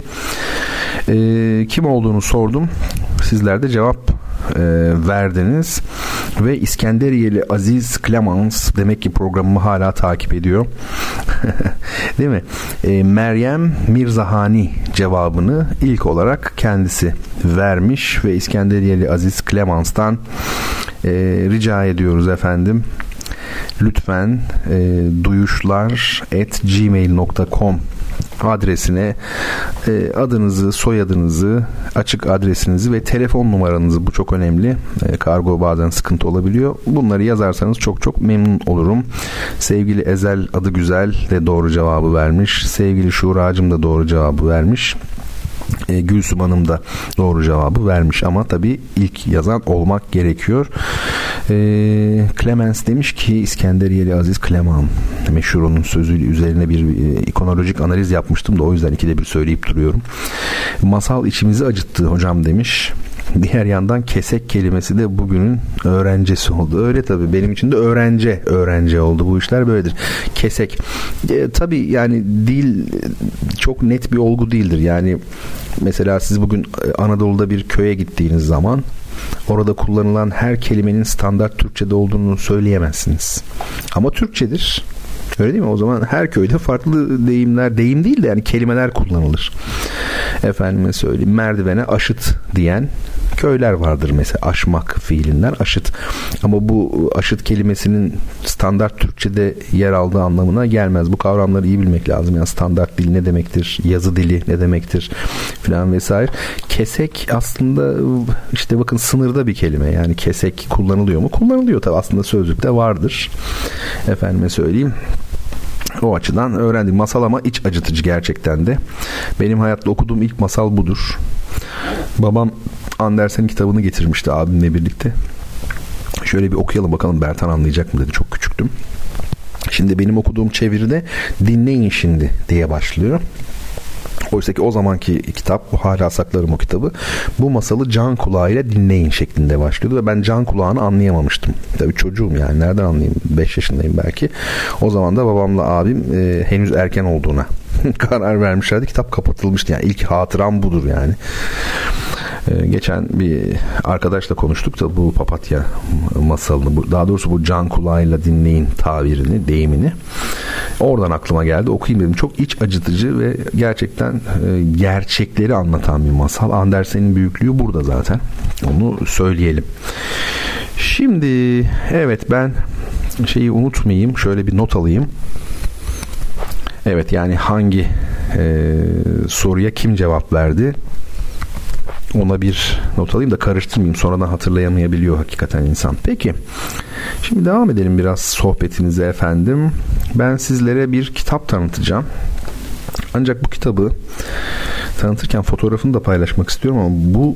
Kim olduğunu sordum. Sizler de cevap verdiniz. Ve İskenderiyeli Aziz Clemens demek ki programımı hala takip ediyor. Değil mi? Meryem Mirzahani cevabını ilk olarak kendisi vermiş ve İskenderiyeli Aziz Clemens'tan rica ediyoruz efendim. Lütfen duyuşlar@gmail.com adresine adınızı, soyadınızı, açık adresinizi ve telefon numaranızı, bu çok önemli. Kargo bazen sıkıntı olabiliyor. Bunları yazarsanız çok çok memnun olurum. Sevgili Ezel adı güzel de doğru cevabı vermiş. Sevgili Şuracığım da doğru cevabı vermiş. Gülsüm Hanım da doğru cevabı vermiş ama tabii ilk yazan olmak gerekiyor. Clemens demiş ki İskenderiyeli Aziz Clemens, meşhur onun sözü üzerine bir ikonolojik analiz yapmıştım da o yüzden ikide bir söyleyip duruyorum. Masal içimizi acıttı hocam demiş. Diğer yandan kesek kelimesi de bugünün öğrencisi oldu. Öyle tabii, benim için de öğrenci oldu. Bu işler böyledir. Kesek. Tabii yani dil çok net bir olgu değildir. Yani mesela siz bugün Anadolu'da bir köye gittiğiniz zaman orada kullanılan her kelimenin standart Türkçe'de olduğunu söyleyemezsiniz. Ama Türkçedir. Öyle değil mi? O zaman her köyde farklı deyimler, deyim değil de yani kelimeler kullanılır. Efendime söyleyeyim, merdivene aşıt diyen köyler vardır mesela, aşmak fiilinden aşıt. Ama bu aşıt kelimesinin standart Türkçe'de yer aldığı anlamına gelmez. Bu kavramları iyi bilmek lazım. Yani standart dil ne demektir? Yazı dili ne demektir? Filan vesaire. Kesek aslında işte bakın sınırda bir kelime. Yani kesek kullanılıyor mu? Kullanılıyor tabii. Aslında sözlükte vardır. Efendime söyleyeyim. O açıdan öğrendik. Masal ama iç acıtıcı gerçekten de. Benim hayatta okuduğum ilk masal budur. Babam Andersen'in kitabını getirmişti abimle birlikte. Şöyle bir okuyalım bakalım Bertan anlayacak mı dedi. Çok küçüktüm. Şimdi benim okuduğum çeviride dinleyin şimdi diye başlıyor. Oysa ki o zamanki kitap, hala saklarım o kitabı, bu masalı can kulağıyla dinleyin şeklinde başlıyordu ve ben can kulağını anlayamamıştım. Tabii çocuğum yani, nereden anlayayım, 5 yaşındayım belki. O zaman da babamla abim henüz erken olduğuna karar vermişlerdi. Kitap kapatılmıştı yani, ilk hatıram budur yani. Geçen bir arkadaşla konuştuk da bu papatya masalını, daha doğrusu bu can kulağıyla dinleyin tabirini, deyimini. Oradan aklıma geldi, okuyayım dedim. Çok iç acıtıcı ve gerçekten gerçekleri anlatan bir masal. Andersen'in büyüklüğü burada zaten. Onu söyleyelim. Şimdi evet, ben şeyi unutmayayım. Şöyle bir not alayım. Evet, yani hangi soruya kim cevap verdi? Ona bir not alayım da karıştırmayayım. Sonradan hatırlayamayabiliyor hakikaten insan. Peki. Şimdi devam edelim biraz sohbetimize efendim. Ben sizlere bir kitap tanıtacağım. Ancak bu kitabı tanıtırken fotoğrafını da paylaşmak istiyorum ama bu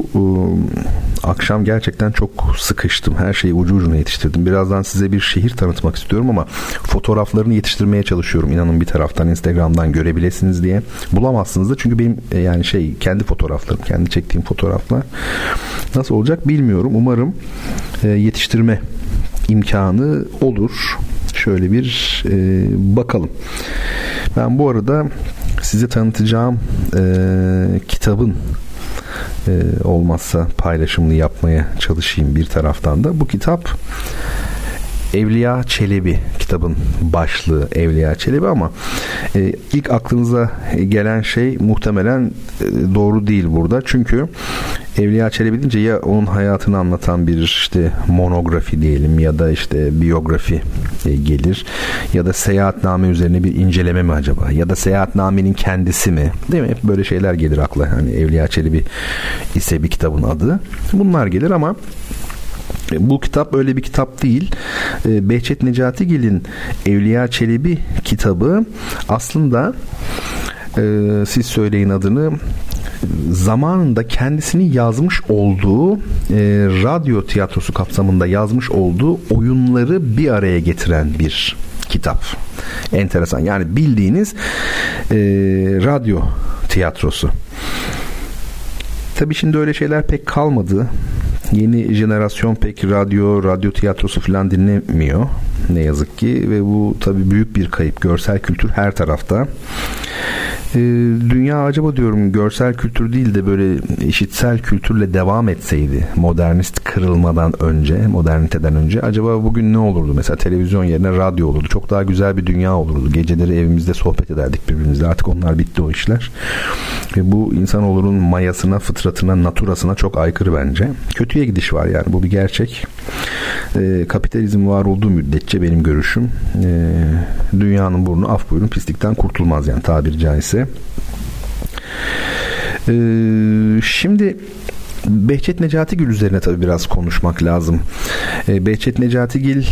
akşam gerçekten çok sıkıştım. Her şeyi ucu ucuna yetiştirdim. Birazdan size bir şehir tanıtmak istiyorum ama fotoğraflarını yetiştirmeye çalışıyorum. İnanın bir taraftan Instagram'dan görebilirsiniz diye. Bulamazsınız da çünkü benim yani kendi fotoğraflarım, kendi çektiğim fotoğraflar. Nasıl olacak bilmiyorum. Umarım yetiştirme imkanı olur. Şöyle bir bakalım. Ben bu arada size tanıtacağım kitabın olmazsa paylaşımını yapmaya çalışayım bir taraftan da. Bu kitap Evliya Çelebi, kitabın başlığı Evliya Çelebi ama ilk aklınıza gelen şey muhtemelen doğru değil burada. Çünkü Evliya Çelebi deyince ya onun hayatını anlatan bir işte monografi diyelim ya da işte biyografi gelir ya da seyahatname üzerine bir inceleme mi acaba ya da seyahatnamenin kendisi mi, değil mi? Hep böyle şeyler gelir akla. Hani Evliya Çelebi ise bir kitabın adı. Bunlar gelir ama bu kitap öyle bir kitap değil. Behçet Necatigil'in Evliya Çelebi kitabı aslında siz söyleyin adını, zamanında kendisini yazmış olduğu radyo tiyatrosu kapsamında yazmış olduğu oyunları bir araya getiren bir kitap. Enteresan. Yani bildiğiniz radyo tiyatrosu. Tabii şimdi öyle şeyler pek kalmadı. Yeni jenerasyon pek radyo tiyatrosu falan dinlemiyor ne yazık ki ve bu tabii büyük bir kayıp. Görsel kültür her tarafta. Dünya acaba diyorum görsel kültür değil de böyle işitsel kültürle devam etseydi modernist kırılmadan önce, moderniteden önce acaba bugün ne olurdu? Mesela televizyon yerine radyo olurdu. Çok daha güzel bir dünya olurdu. Geceleri evimizde sohbet ederdik birbirimizle. Artık onlar bitti, o işler. Ve bu insanoğlunun mayasına, fıtratına, naturasına çok aykırı bence. Kötüye gidiş var yani, bu bir gerçek. Kapitalizm var olduğu müddetçe benim görüşüm dünyanın burnu af buyurun pislikten kurtulmaz yani, tabiri caizse. Şimdi Behçet Necatigil üzerine tabii biraz konuşmak lazım. Behçet Necatigil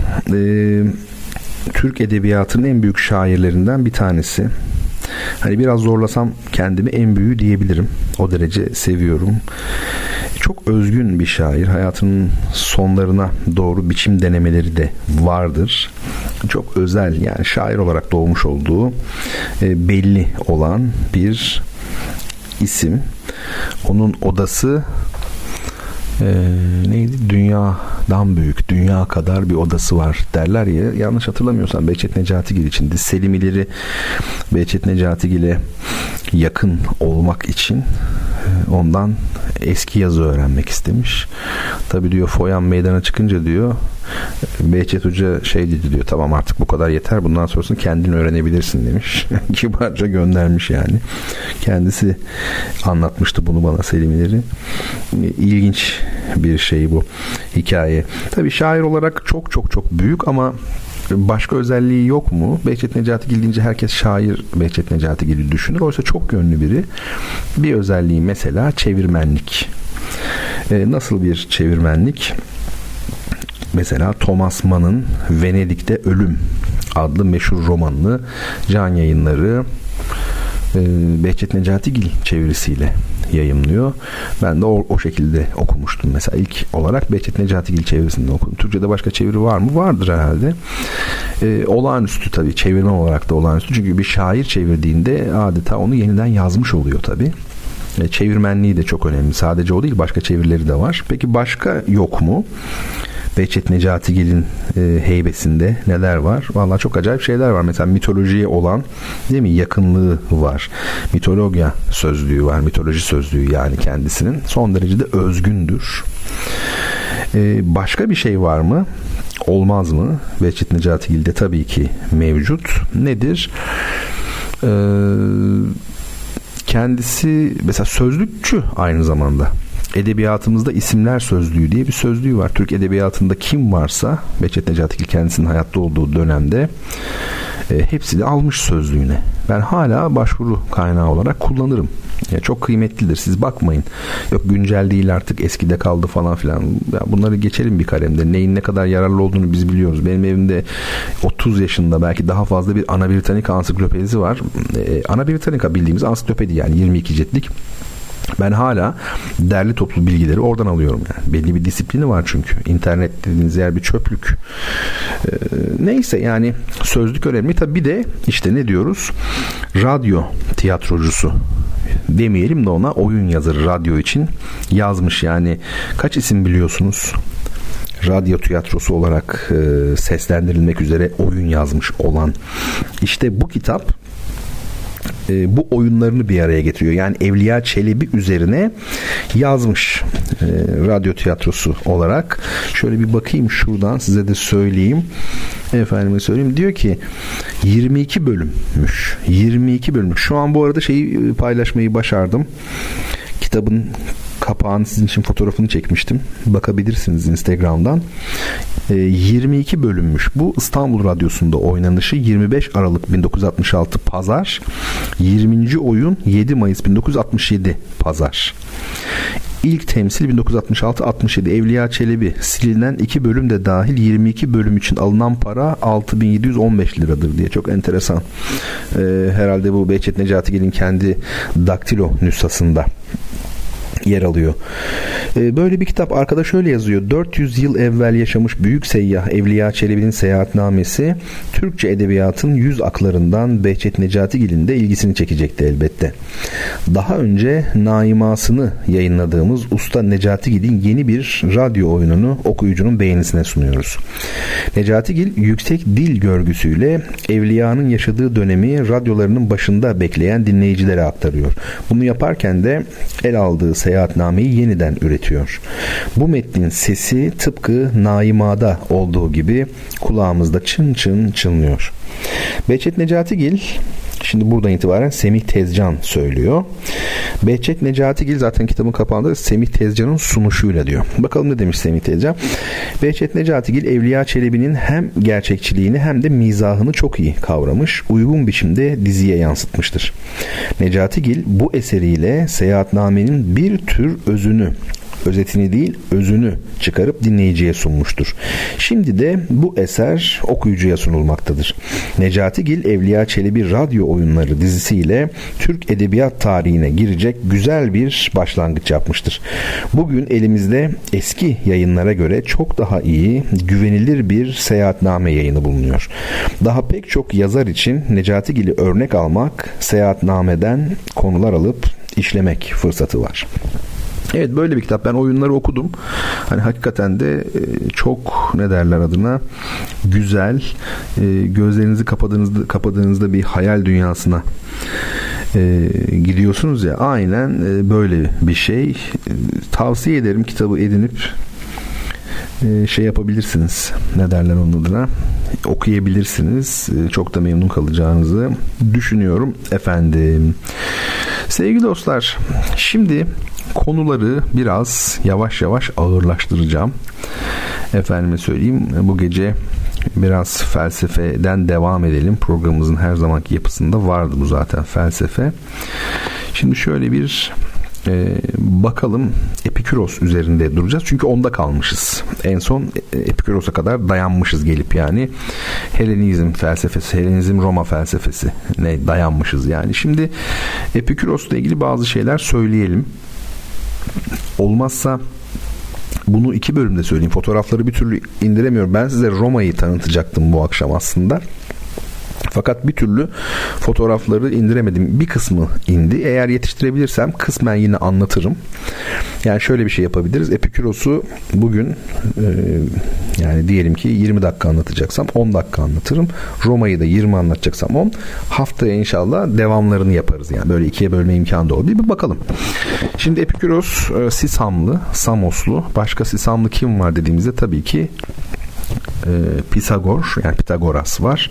Türk edebiyatının en büyük şairlerinden bir tanesi. Hani biraz zorlasam kendimi en büyüğü diyebilirim. O derece seviyorum. Çok özgün bir şair. Hayatının sonlarına doğru biçim denemeleri de vardır. Çok özel, yani şair olarak doğmuş olduğu belli olan bir isim. Onun odası neydi? Dünyadan büyük, dünya kadar bir odası var derler ya. Yanlış hatırlamıyorsam Behçet Necatigil içindi. Selimileri Behçet Necatigil'e yakın olmak için ondan eski yazı öğrenmek istemiş. Tabii diyor Foyan meydana çıkınca diyor Behçet Hoca şey dedi diyor, tamam artık bu kadar yeter, bundan sonrasını kendin öğrenebilirsin demiş. Kibarca göndermiş yani. Kendisi anlatmıştı bunu bana, Selimileri. İlginç bir şey bu hikaye. Tabii şair olarak çok çok çok büyük ama başka özelliği yok mu? Behçet Necatigil deyince herkes şair Behçet Necatigil'i düşünür. Oysa çok yönlü biri. Bir özelliği mesela çevirmenlik. Nasıl bir çevirmenlik? Mesela Thomas Mann'ın Venedik'te Ölüm adlı meşhur romanını Can Yayınları Behçet Necatigil çevirisiyle yayımlıyor. Ben de o şekilde okumuştum. Mesela ilk olarak Behçet Necatigil çevirisinde okudum. Türkçe'de başka çeviri var mı? Vardır herhalde. Olağanüstü tabii. Çevirmen olarak da olağanüstü. Çünkü bir şair çevirdiğinde adeta onu yeniden yazmış oluyor tabii. Çevirmenliği de çok önemli. Sadece o değil, başka çevirileri de var. Peki başka yok mu? Behçet Necatigil'in heybesinde neler var? Vallahi çok acayip şeyler var. Mesela mitolojiye olan, değil mi, yakınlığı var. Mitologya sözlüğü var. Mitoloji sözlüğü yani kendisinin. Son derece de özgündür. Başka bir şey var mı? Olmaz mı? Behçet Necatigil'de tabii ki mevcut. Nedir? Kendisi mesela sözlükçü aynı zamanda. Edebiyatımızda isimler sözlüğü diye bir sözlüğü var. Türk edebiyatında kim varsa Behçet Necatigil kendisinin hayatta olduğu dönemde hepsini almış sözlüğüne. Ben hala başvuru kaynağı olarak kullanırım. Ya çok kıymetlidir. Siz bakmayın. Yok güncel değil artık, eskide kaldı falan filan. Ya bunları geçelim bir kalemde. Neyin ne kadar yararlı olduğunu biz biliyoruz. Benim evimde 30 yaşında belki daha fazla bir Ana Britannica ansiklopedisi var. Ana Britannica bildiğimiz ansiklopedi yani 22 ciltlik. Ben hala derli toplu bilgileri oradan alıyorum yani. Belli bir disiplini var çünkü. İnternet dediğiniz yer bir çöplük. Neyse yani sözlük önemli. Tabii bir de işte ne diyoruz? Radyo tiyatrocusu demeyelim de ona, oyun yazarı, radyo için yazmış yani. Kaç isim biliyorsunuz? Radyo tiyatrosu olarak seslendirilmek üzere oyun yazmış olan. İşte bu kitap bu oyunlarını bir araya getiriyor. Yani Evliya Çelebi üzerine yazmış radyo tiyatrosu olarak. Şöyle bir bakayım şuradan size de söyleyeyim. Efendime söyleyeyim. Diyor ki 22 bölümmüş. 22 bölümmüş. Şu an bu arada şeyi paylaşmayı başardım. Kitabın kapağını sizin için fotoğrafını çekmiştim. Bakabilirsiniz Instagram'dan. 22 bölünmüş. Bu İstanbul Radyosu'nda oynanışı 25 Aralık 1966 Pazar. 20. oyun 7 Mayıs 1967 Pazar. İlk temsil 1966-67 Evliya Çelebi, silinen 2 bölüm de dahil 22 bölüm için alınan para 6.715 liradır diye. Çok enteresan. Herhalde bu Behçet Necatigil'in kendi daktilo nüshasında yer alıyor. Böyle bir kitap. Arkada şöyle yazıyor: 400 yıl evvel yaşamış büyük seyyah Evliya Çelebi'nin seyahatnamesi Türkçe edebiyatın yüz aklarından Behçet Necatigil'in de ilgisini çekecekti elbette. Daha önce Naimasını yayınladığımız Usta Necatigil'in yeni bir radyo oyununu okuyucunun beğenisine sunuyoruz. Necatigil yüksek dil görgüsüyle Evliya'nın yaşadığı dönemi radyolarının başında bekleyen dinleyicilere aktarıyor. Bunu yaparken de el aldığı seyahatnameyi yeniden üretiyor. Bu metnin sesi tıpkı Naima'da olduğu gibi kulağımızda çın çın çınlıyor. Behçet Necatigil, şimdi buradan itibaren Semih Tezcan söylüyor. Behçet Necatigil zaten kitabın kapağında Semih Tezcan'ın sunuşuyla diyor. Bakalım ne demiş Semih Tezcan. Behçet Necatigil Evliya Çelebi'nin hem gerçekçiliğini hem de mizahını çok iyi kavramış, uygun biçimde diziye yansıtmıştır. Necatigil bu eseriyle seyahatnamenin bir tür özetini değil, özünü çıkarıp dinleyiciye sunmuştur. Şimdi de bu eser okuyucuya sunulmaktadır. Necatigil Evliya Çelebi radyo oyunları dizisiyle Türk edebiyat tarihine girecek güzel bir başlangıç yapmıştır. Bugün elimizde eski yayınlara göre çok daha iyi, güvenilir bir seyahatname yayını bulunuyor. Daha pek çok yazar için Necatigil'i örnek almak, seyahatnameden konular alıp işlemek fırsatı var. Evet, böyle bir kitap. Ben oyunları okudum. Hani hakikaten de çok güzel, gözlerinizi kapadığınızda bir hayal dünyasına gidiyorsunuz ya, aynen böyle bir şey. Tavsiye ederim, kitabı edinip yapabilirsiniz. Onun adına okuyabilirsiniz. Çok da memnun kalacağınızı düşünüyorum efendim. Sevgili dostlar, şimdi konuları biraz yavaş yavaş ağırlaştıracağım. Efendime söyleyeyim, bu gece biraz felsefeden devam edelim. Programımızın her zamanki yapısında vardı bu zaten, felsefe. Şimdi şöyle bir bakalım, Epikuros üzerinde duracağız. Çünkü onda kalmışız. En son Epikuros'a kadar dayanmışız gelip, yani Helenizm felsefesi, Helenizm Roma felsefesi ne dayanmışız yani. Şimdi Epikuros'la ilgili bazı şeyler söyleyelim. Olmazsa bunu 2 bölümde söyleyeyim. Fotoğrafları bir türlü indiremiyorum. Ben size Roma'yı tanıtacaktım bu akşam aslında. Fakat bir türlü fotoğrafları indiremedim. Bir kısmı indi. Eğer yetiştirebilirsem kısmen yine anlatırım. Yani şöyle bir şey yapabiliriz. Epikuros'u bugün yani diyelim ki 20 dakika anlatacaksam 10 dakika anlatırım. Roma'yı da 20 anlatacaksam 10. Haftaya inşallah devamlarını yaparız. Yani böyle 2'ye bölme imkanı da olur. Bir bakalım. Şimdi Epikuros Sisamlı, Samoslu. Başka Sisamlı kim var dediğimizde tabii ki Pisagor, yani Pitagoras var.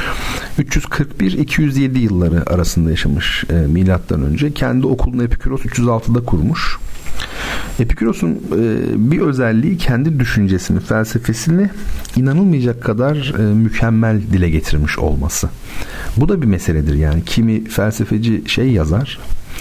341-207 yılları arasında yaşamış milattan önce. Kendi okulunu Epikuros 306'da kurmuş. Epikuros'un bir özelliği kendi düşüncesini, felsefesini inanılmayacak kadar mükemmel dile getirmiş olması. Bu da bir meseledir yani. Kimi felsefeci yazar,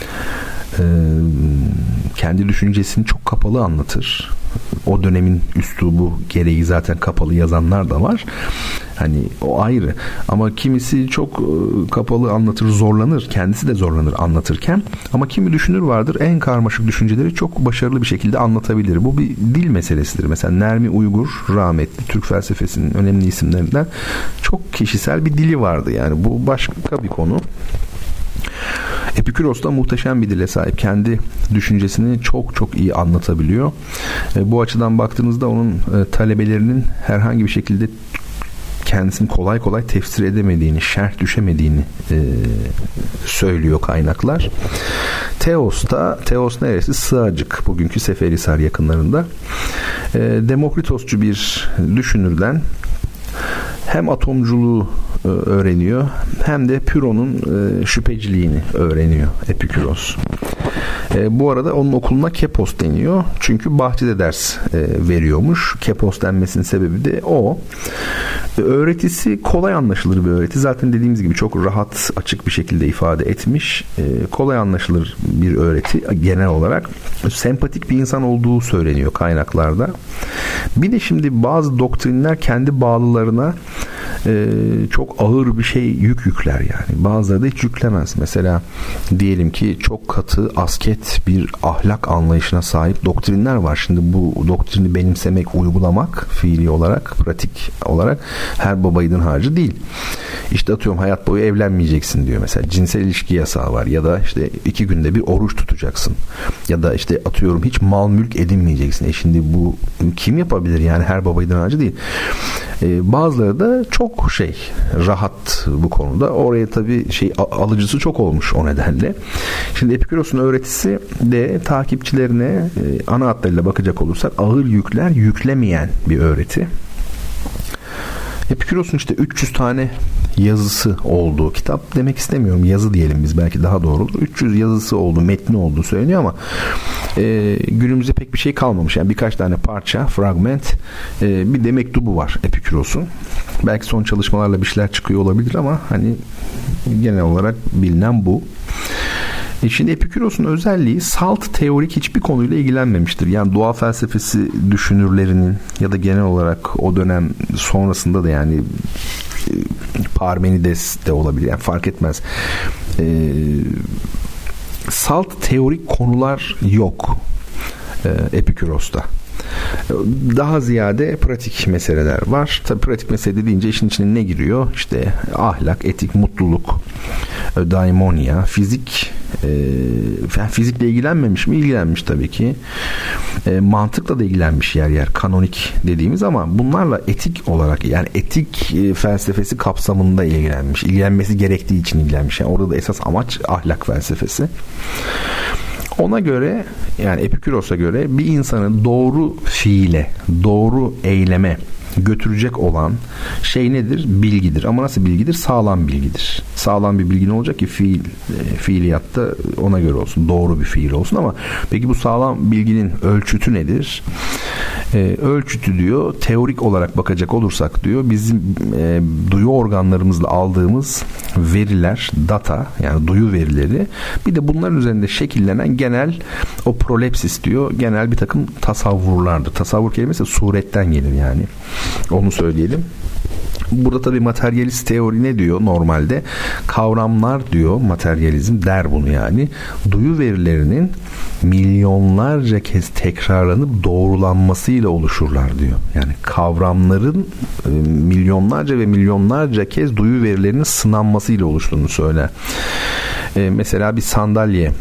kendi düşüncesini çok kapalı anlatır. O dönemin üslubu gereği zaten kapalı yazanlar da var. Hani o ayrı. Ama kimisi çok kapalı anlatır, zorlanır. Kendisi de zorlanır anlatırken. Ama kimi düşünür vardır, en karmaşık düşünceleri çok başarılı bir şekilde anlatabilir. Bu bir dil meselesidir. Mesela Nermi Uygur, rahmetli Türk felsefesinin önemli isimlerinden, çok kişisel bir dili vardı. Yani bu başka bir konu. Epikuros da muhteşem bir dile sahip. Kendi düşüncesini çok çok iyi anlatabiliyor. Bu açıdan baktığınızda onun talebelerinin herhangi bir şekilde kendisini kolay kolay tefsir edemediğini, şerh düşemediğini söylüyor kaynaklar. Teos neresi? Sığacık. Bugünkü Seferihisar yakınlarında. Demokritosçu bir düşünürden hem atomculuğu öğreniyor hem de Pyrrhon'un şüpheciliğini öğreniyor Epikuros. Bu arada onun okuluna Kepos deniyor. Çünkü bahçede ders veriyormuş. Kepos denmesinin sebebi de o. Öğretisi kolay anlaşılır bir öğreti. Zaten dediğimiz gibi çok rahat, açık bir şekilde ifade etmiş. Kolay anlaşılır bir öğreti genel olarak. Sempatik bir insan olduğu söyleniyor kaynaklarda. Bir de şimdi bazı doktrinler kendi bağlılarına çok ağır bir şey yükler yani. Bazıları da hiç yüklemez. Mesela diyelim ki çok katı asket bir ahlak anlayışına sahip doktrinler var. Şimdi bu doktrini benimsemek, uygulamak fiili olarak, pratik olarak her babayiğidin harcı değil. İşte atıyorum hayat boyu evlenmeyeceksin diyor mesela. Cinsel ilişki yasağı var ya da işte 2 günde bir oruç tutacaksın. Ya da işte atıyorum hiç mal mülk edinmeyeceksin. Şimdi bu kim yapabilir yani, her babayiğidin harcı değil. Bazıları da çok rahat bu konuda. Oraya tabii alıcısı çok olmuş o nedenle. Şimdi Epikuros'un öğretisi de takipçilerine ana hatlarıyla bakacak olursak ağır yükler yüklemeyen bir öğreti. Epikuros'un işte 300 tane yazısı olduğu, kitap demek istemiyorum, yazı diyelim biz, belki daha doğru olur. 300 yazısı olduğu, metni olduğu söyleniyor ama günümüzde pek bir şey kalmamış. Yani birkaç tane parça, fragment, bir de mektubu var Epikuros'un. Belki son çalışmalarla bir şeyler çıkıyor olabilir ama hani genel olarak bilinen bu. Şimdi Epikuros'un özelliği salt teorik hiçbir konuyla ilgilenmemiştir. Yani doğa felsefesi düşünürlerinin ya da genel olarak o dönem sonrasında da yani Parmenides de olabilir. Yani fark etmez. Salt teorik konular yok Epikuros'ta. Daha ziyade pratik meseleler var. Tabii pratik mesele deyince işin içine ne giriyor? İşte ahlak, etik, mutluluk, daimonia, fizik. Fizikle ilgilenmemiş mi? İlgilenmiş tabii ki. Mantıkla da ilgilenmiş yer yer. Kanonik dediğimiz, ama bunlarla etik olarak, yani etik felsefesi kapsamında ilgilenmiş. İlgilenmesi gerektiği için ilgilenmiş. Yani orada da esas amaç ahlak felsefesi. Ona göre, yani Epikuros'a göre bir insanın doğru fiile, doğru eyleme götürecek olan şey nedir? Bilgidir. Ama nasıl bilgidir? Sağlam bilgidir. Sağlam bir bilgi ne olacak ki? Fiiliyatta ona göre olsun. Doğru bir fiil olsun. Ama peki bu sağlam bilginin ölçütü nedir? Ölçütü diyor, teorik olarak bakacak olursak diyor, bizim duyu organlarımızla aldığımız veriler, data, yani duyu verileri, bir de bunların üzerinde şekillenen genel o prolepsis diyor, genel bir takım tasavvurlardır. Tasavvur kelimesi suretten gelir yani. Onu söyleyelim. Burada tabii materyalist teori ne diyor normalde? Kavramlar diyor, materyalizm der bunu yani. Duyu verilerinin milyonlarca kez tekrarlanıp doğrulanmasıyla oluşurlar diyor. Yani kavramların milyonlarca ve milyonlarca kez duyu verilerinin sınanmasıyla oluştuğunu söyler. Mesela bir sandalye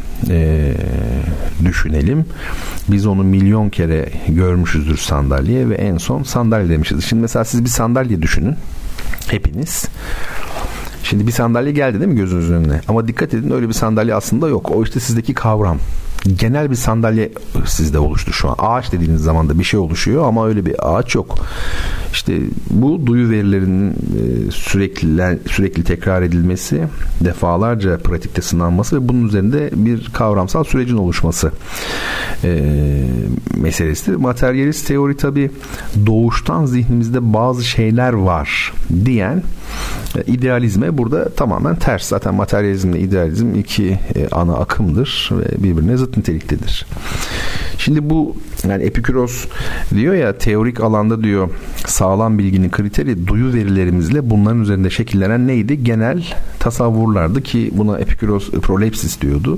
düşünelim. Biz onu milyon kere görmüşüzdür, sandalye, ve en son sandalye demişiz. Şimdi mesela siz bir sandalye düşünün. Hepiniz. Şimdi bir sandalye geldi değil mi gözünüzün önüne? Ama dikkat edin, öyle bir sandalye aslında yok. O işte sizdeki kavram. Genel bir sandalye sizde oluştu şu an. Ağaç dediğiniz zaman da bir şey oluşuyor ama öyle bir ağaç yok. İşte bu duyu verilerinin sürekli tekrar edilmesi, defalarca pratikte sınanması ve bunun üzerinde bir kavramsal sürecin oluşması meselesidir. Materyalist teori tabii doğuştan zihnimizde bazı şeyler var diyen idealizme burada tamamen ters. Zaten materyalizmle idealizm iki ana akımdır ve birbirine zıt niteliktedir. Şimdi bu, yani Epikuros diyor ya, teorik alanda diyor sağlam bilginin kriteri duyu verilerimizle bunların üzerinde şekillenen neydi? Genel tasavvurlardı ki buna Epikuros prolepsis diyordu.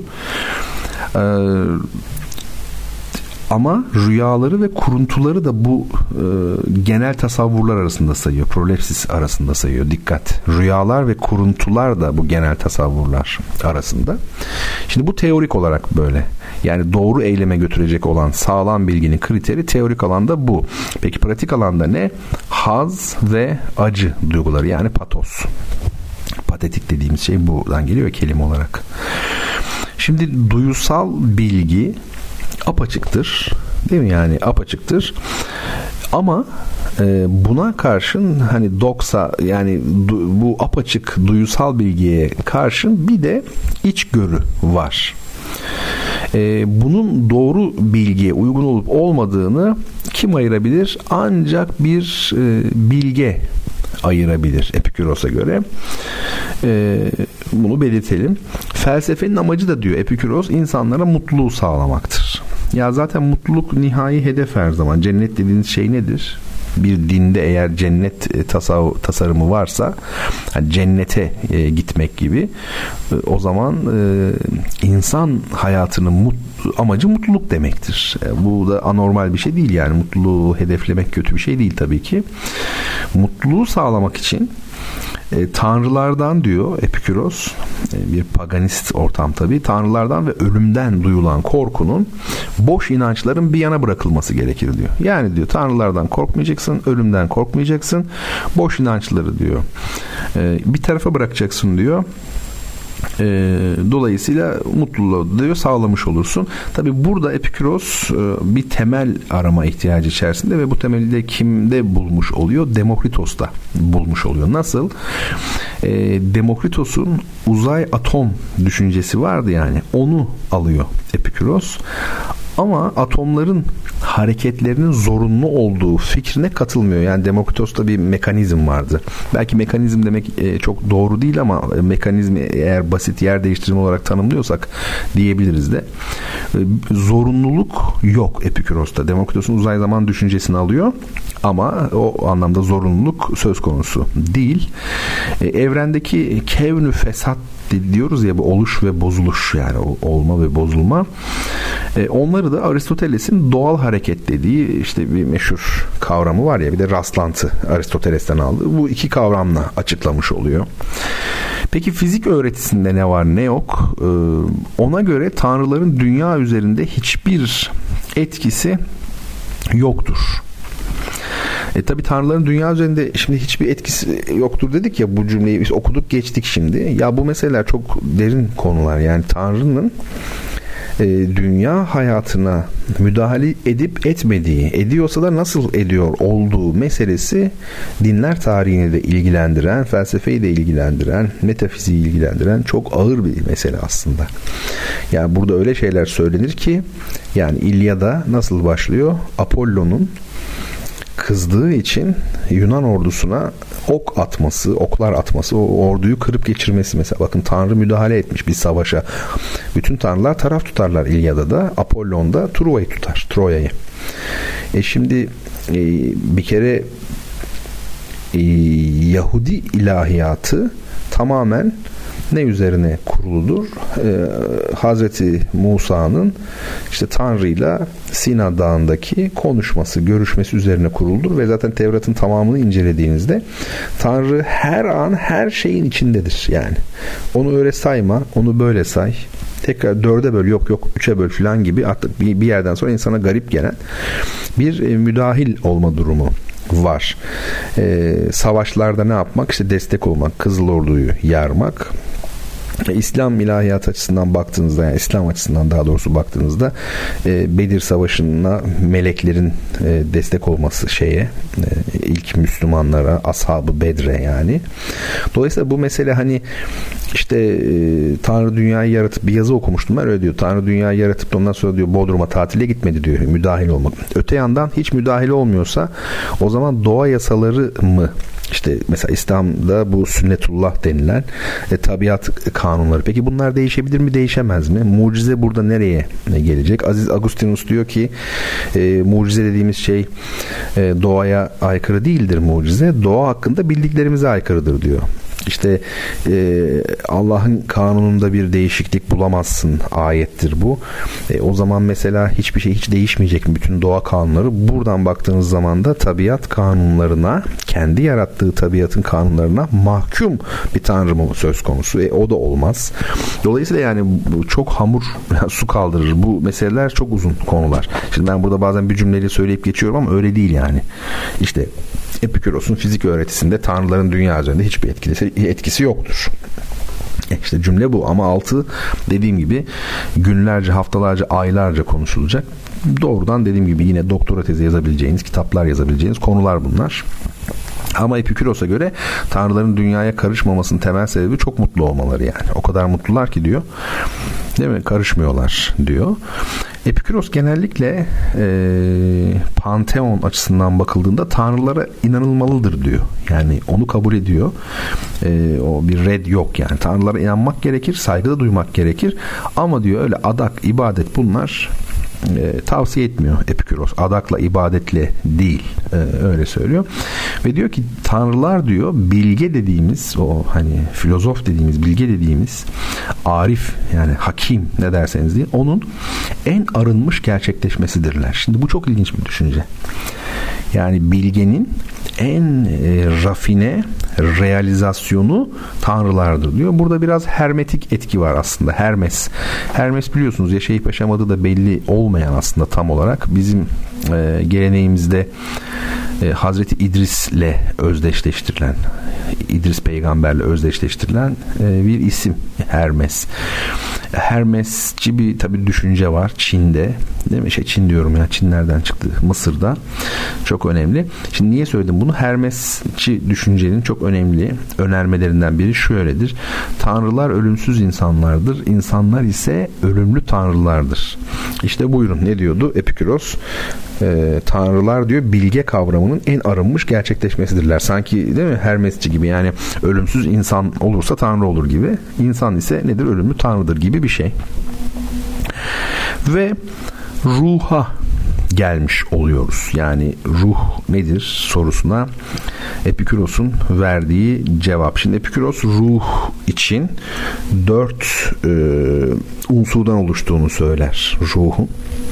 Ama rüyaları ve kuruntuları da bu genel tasavvurlar arasında sayıyor. Prolepsis arasında sayıyor. Dikkat. Rüyalar ve kuruntular da bu genel tasavvurlar arasında. Şimdi bu teorik olarak böyle. Yani doğru eyleme götürecek olan sağlam bilginin kriteri teorik alanda bu. Peki pratik alanda ne? Haz ve acı duyguları, yani patos. Patetik dediğimiz şey buradan geliyor kelime olarak. Şimdi duyusal bilgi apaçıktır. Değil mi? Yani apaçıktır. Ama buna karşın hani doksa, yani bu apaçık duyusal bilgiye karşın bir de içgörü var. Bunun doğru bilgiye uygun olup olmadığını kim ayırabilir? Ancak bir bilge ayırabilir Epikuros'a göre. Bunu belirtelim. Felsefenin amacı da diyor Epikuros, insanlara mutluluğu sağlamaktır. Ya zaten mutluluk nihai hedef her zaman. Cennet dediğiniz şey nedir? bir dinde eğer cennet tasarımı varsa, yani cennete gitmek gibi, o zaman insan hayatının amacı mutluluk demektir. Bu da anormal bir şey değil, yani mutluluğu hedeflemek kötü bir şey değil tabii ki. Mutluluğu sağlamak için tanrılardan, diyor Epikuros, bir paganist ortam tabii, tanrılardan ve ölümden duyulan korkunun, boş inançların bir yana bırakılması gerekir diyor. Yani diyor, tanrılardan korkmayacaksın, ölümden korkmayacaksın, boş inançları diyor bir tarafa bırakacaksın diyor. Dolayısıyla mutluluğu diyor sağlamış olursun. Tabi burada Epikuros bir temel arama ihtiyacı içerisinde ve bu temeli de kimde bulmuş oluyor? Demokritos'ta bulmuş oluyor. Nasıl? Demokritos'un uzay atom düşüncesi vardı, yani onu alıyor Epikuros. Ama atomların hareketlerinin zorunlu olduğu fikrine katılmıyor. Yani Demokritos'ta bir mekanizm vardı. Belki mekanizm demek çok doğru değil ama mekanizmi eğer basit yer değiştirme olarak tanımlıyorsak diyebiliriz de. Zorunluluk yok Epikuros'ta. Demokritos'un uzay zaman düşüncesini alıyor ama o anlamda zorunluluk söz konusu değil. Evrendeki kevnü fesat diyoruz ya, bu oluş ve bozuluş, yani olma ve bozulma. Onları da Aristoteles'in doğal hareket dediği işte bir meşhur kavramı var ya, bir de rastlantı Aristoteles'ten aldı. Bu iki kavramla açıklamış oluyor. Peki fizik öğretisinde ne var ne yok? Ona göre tanrıların dünya üzerinde hiçbir etkisi yoktur. Tabii tanrıların dünya üzerinde şimdi hiçbir etkisi yoktur dedik ya, bu cümleyi biz okuduk geçtik şimdi. Ya bu meseleler çok derin konular. Yani Tanrı'nın dünya hayatına müdahale edip etmediği, ediyorsa da nasıl ediyor olduğu meselesi dinler tarihini de ilgilendiren, felsefeyi de ilgilendiren, metafiziği ilgilendiren çok ağır bir mesele aslında. Yani burada öyle şeyler söylenir ki, yani İlyada nasıl başlıyor? Apollon'un kızdığı için Yunan ordusuna oklar atması, o orduyu kırıp geçirmesi mesela. Bakın, Tanrı müdahale etmiş bir savaşa. Bütün tanrılar taraf tutarlar İlyada'da da. Apollon da Truva'yı tutar, Troya'yı. Şimdi bir kere Yahudi ilahiyatı tamamen ne üzerine kuruludur? Hazreti Musa'nın işte Tanrı'yla Sina Dağı'ndaki konuşması, görüşmesi üzerine kuruludur ve zaten Tevrat'ın tamamını incelediğinizde Tanrı her an her şeyin içindedir. Yani onu öyle sayma, onu böyle say. Tekrar 4'e böl, yok 3'e böl falan gibi, artık bir yerden sonra insana garip gelen bir müdahil olma durumu var. Savaşlarda ne yapmak? İşte destek olmak, Kızıl Ordu'yu yarmak. İslam ilahiyat açısından baktığınızda, yani İslam açısından daha doğrusu baktığınızda Bedir Savaşı'na meleklerin destek olması ilk Müslümanlara, Ashab-ı Bedre yani. Dolayısıyla bu mesele hani işte Tanrı dünyayı yaratıp, bir yazı okumuştum ben, öyle diyor. Tanrı dünyayı yaratıp ondan sonra diyor Bodrum'a tatile gitmedi diyor, müdahil olmak. Öte yandan hiç müdahale olmuyorsa o zaman doğa yasaları mı? İşte mesela İslam'da bu sünnetullah denilen tabiat kanunları. Peki bunlar değişebilir mi, değişemez mi? Mucize burada nereye gelecek? Aziz Agustinus diyor ki mucize dediğimiz şey doğaya aykırı değildir mucize. Doğa hakkında bildiklerimize aykırıdır diyor. İşte Allah'ın kanununda bir değişiklik bulamazsın ayettir bu. O zaman mesela hiçbir şey hiç değişmeyecek mi? Bütün doğa kanunları. Buradan baktığınız zaman da tabiat kanunlarına, kendi yarattığı tabiatın kanunlarına mahkum bir tanrı mı söz konusu? O da olmaz. Dolayısıyla yani çok hamur su kaldırır. Bu meseleler çok uzun konular. Şimdi ben burada bazen bir cümleyle söyleyip geçiyorum ama öyle değil yani. İşte Epikuros'un fizik öğretisinde tanrıların dünya üzerinde hiçbir etkisi yoktur. İşte cümle bu ama altı dediğim gibi günlerce, haftalarca, aylarca konuşulacak. Doğrudan dediğim gibi yine doktora tezi yazabileceğiniz, kitaplar yazabileceğiniz konular bunlar. Ama Epikuros'a göre tanrıların dünyaya karışmamasının temel sebebi çok mutlu olmaları yani. O kadar mutlular ki diyor. Değil mi? Karışmıyorlar diyor. Epikuros genellikle Panteon açısından bakıldığında tanrılara inanılmalıdır diyor. Yani onu kabul ediyor. O bir red yok yani. Tanrılara inanmak gerekir, saygı da duymak gerekir. Ama diyor öyle adak, ibadet bunlar tavsiye etmiyor Epikuros. Adakla, ibadetle değil, öyle söylüyor. Ve diyor ki tanrılar diyor bilge dediğimiz, o hani filozof dediğimiz, bilge dediğimiz, arif yani hakim ne derseniz diye, onun en arınmış gerçekleşmesidirler. Şimdi bu çok ilginç bir düşünce. Yani bilgenin en rafine realizasyonu tanrılardır diyor. Burada biraz hermetik etki var aslında. Hermes biliyorsunuz yaşayıp yaşamadığı da belli olmayan aslında tam olarak. Bizim geleneğimizde Hazreti İdris'le özdeşleştirilen, İdris peygamberle özdeşleştirilen bir isim Hermes. Hermesçi bir tabii düşünce var Çin'de. Değil mi? Çin diyorum ya. Çin nereden çıktı? Mısır'da. Çok önemli. Şimdi niye söyledim bunu? Hermesçi düşüncenin çok önemli önermelerinden biri şöyledir. Tanrılar ölümsüz insanlardır. İnsanlar ise ölümlü tanrılardır. İşte buyurun ne diyordu Epikuros? Tanrılar diyor bilge kavramının en arınmış gerçekleşmesidirler. Sanki değil mi? Hermesçi gibi, yani ölümsüz insan olursa tanrı olur gibi. İnsan ise nedir? Ölümlü tanrıdır gibi bir şey. Ve ruha gelmiş oluyoruz. Yani ruh nedir sorusuna Epikuros'un verdiği cevap. Şimdi Epikuros ruh için 4 unsurdan oluştuğunu söyler ruhun.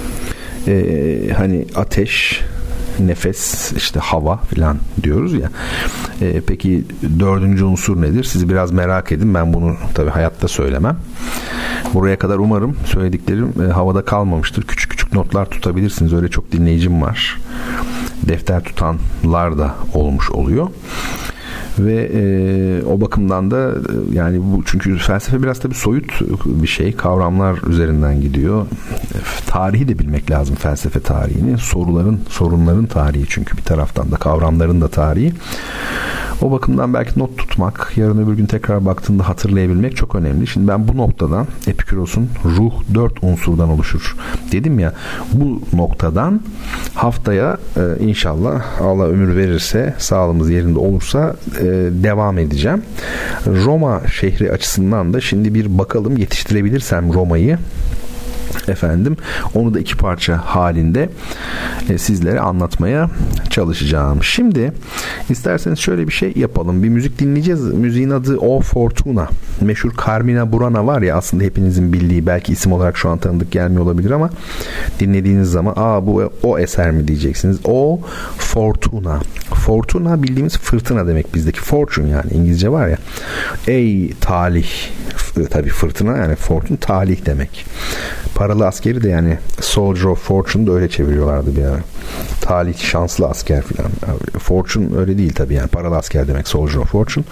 Hani ateş, nefes, işte hava filan diyoruz ya. Peki 4. unsur nedir? Sizi biraz merak edin. Ben bunu tabii hayatta söylemem. Buraya kadar umarım söylediklerim havada kalmamıştır. Küçük küçük notlar tutabilirsiniz. Öyle çok dinleyicim var. Defter tutanlar da olmuş oluyor. Ve o bakımdan da yani bu, çünkü felsefe biraz tabii soyut bir şey, kavramlar üzerinden gidiyor. Tarihi de bilmek lazım, felsefe tarihini, sorunların tarihi, çünkü bir taraftan da kavramların da tarihi. O bakımdan belki not tutmak, yarın öbür gün tekrar baktığında hatırlayabilmek çok önemli. Şimdi ben bu noktadan Epikuros'un ruh 4 unsurdan oluşur dedim ya, bu noktadan haftaya inşallah Allah ömür verirse, sağlığımız yerinde olursa devam edeceğim. Roma şehri açısından da şimdi bir bakalım, yetiştirebilirsem Roma'yı efendim, onu da 2 parça halinde sizlere anlatmaya çalışacağım. Şimdi isterseniz şöyle bir şey yapalım. Bir müzik dinleyeceğiz. Müziğin adı O Fortuna. Meşhur Carmina Burana var ya, aslında hepinizin bildiği, belki isim olarak şu an tanıdık gelmiyor olabilir ama dinlediğiniz zaman bu o eser mi diyeceksiniz. O Fortuna. Fortuna bildiğimiz fırtına demek bizdeki. Fortune yani İngilizce var ya. Ey talih. Tabii fırtına yani fortune talih demek. Paralı askeri de yani Soldier of Fortune da öyle çeviriyorlardı bir ara. Talih, şanslı asker falan. Fortune öyle değil tabii, yani paralı asker demek Soldier of Fortune.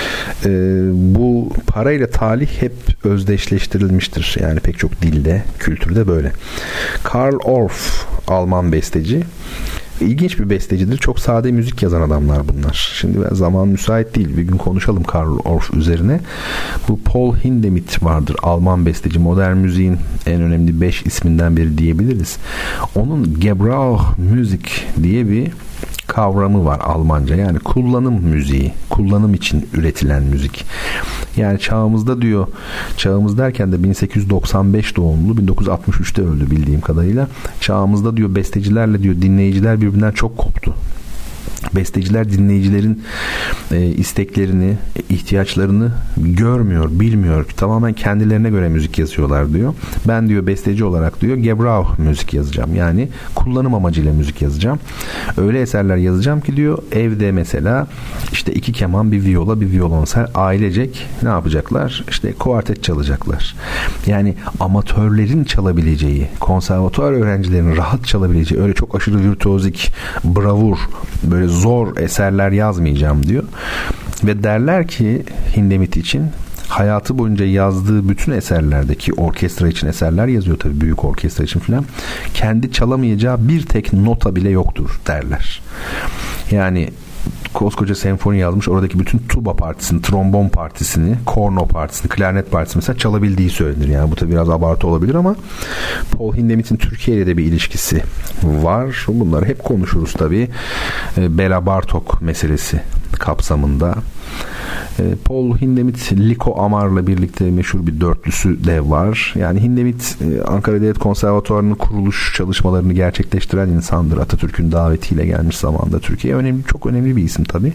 Bu parayla talih hep özdeşleştirilmiştir. Yani pek çok dilde, kültürde böyle. Karl Orff, Alman besteci. İlginç bir bestecidir. Çok sade müzik yazan adamlar bunlar. Şimdi zaman müsait değil. Bir gün konuşalım Karl Orff üzerine. Bu Paul Hindemith vardır. Alman besteci. Modern müziğin en önemli 5 isminden biri diyebiliriz. Onun Gebrauchmusik diye bir kavramı var Almanca. Yani kullanım müziği. Kullanım için üretilen müzik. Yani çağımızda diyor, çağımız derken de 1895 doğumlu, 1963'te öldü bildiğim kadarıyla. Çağımızda diyor bestecilerle diyor dinleyiciler birbirinden çok koptu. Besteciler dinleyicilerin isteklerini, ihtiyaçlarını görmüyor, bilmiyor. Tamamen kendilerine göre müzik yazıyorlar diyor. Ben diyor besteci olarak diyor Gebrauchmusik yazacağım. Yani kullanım amacıyla müzik yazacağım. Öyle eserler yazacağım ki diyor evde mesela işte 2 keman, bir viola, bir violonsel ailecek ne yapacaklar? İşte kuartet çalacaklar. Yani amatörlerin çalabileceği, konservatuar öğrencilerinin rahat çalabileceği, öyle çok aşırı virtüozik, bravur, böyle zor eserler yazmayacağım diyor. Ve derler ki Hindemith için hayatı boyunca yazdığı bütün eserlerdeki, orkestra için eserler yazıyor tabii, büyük orkestra için filan, kendi çalamayacağı bir tek nota bile yoktur derler. Yani koskoca senfoni yazmış, oradaki bütün tuba partisini, trombon partisini, korno partisini, klarnet partisini mesela çalabildiği söylenir. Yani bu tabi biraz abartı olabilir ama Paul Hindemith'in Türkiye ile de bir ilişkisi var. Bunları hep konuşuruz tabi. Bela Bartok meselesi kapsamında. Paul Hindemith, Liko Amar'la birlikte meşhur bir dörtlüsü de var. Yani Hindemith Ankara Devlet Konservatuvarı'nın kuruluş çalışmalarını gerçekleştiren insandır. Atatürk'ün davetiyle gelmiş zamanda Türkiye'ye. Çok önemli bir isim tabii.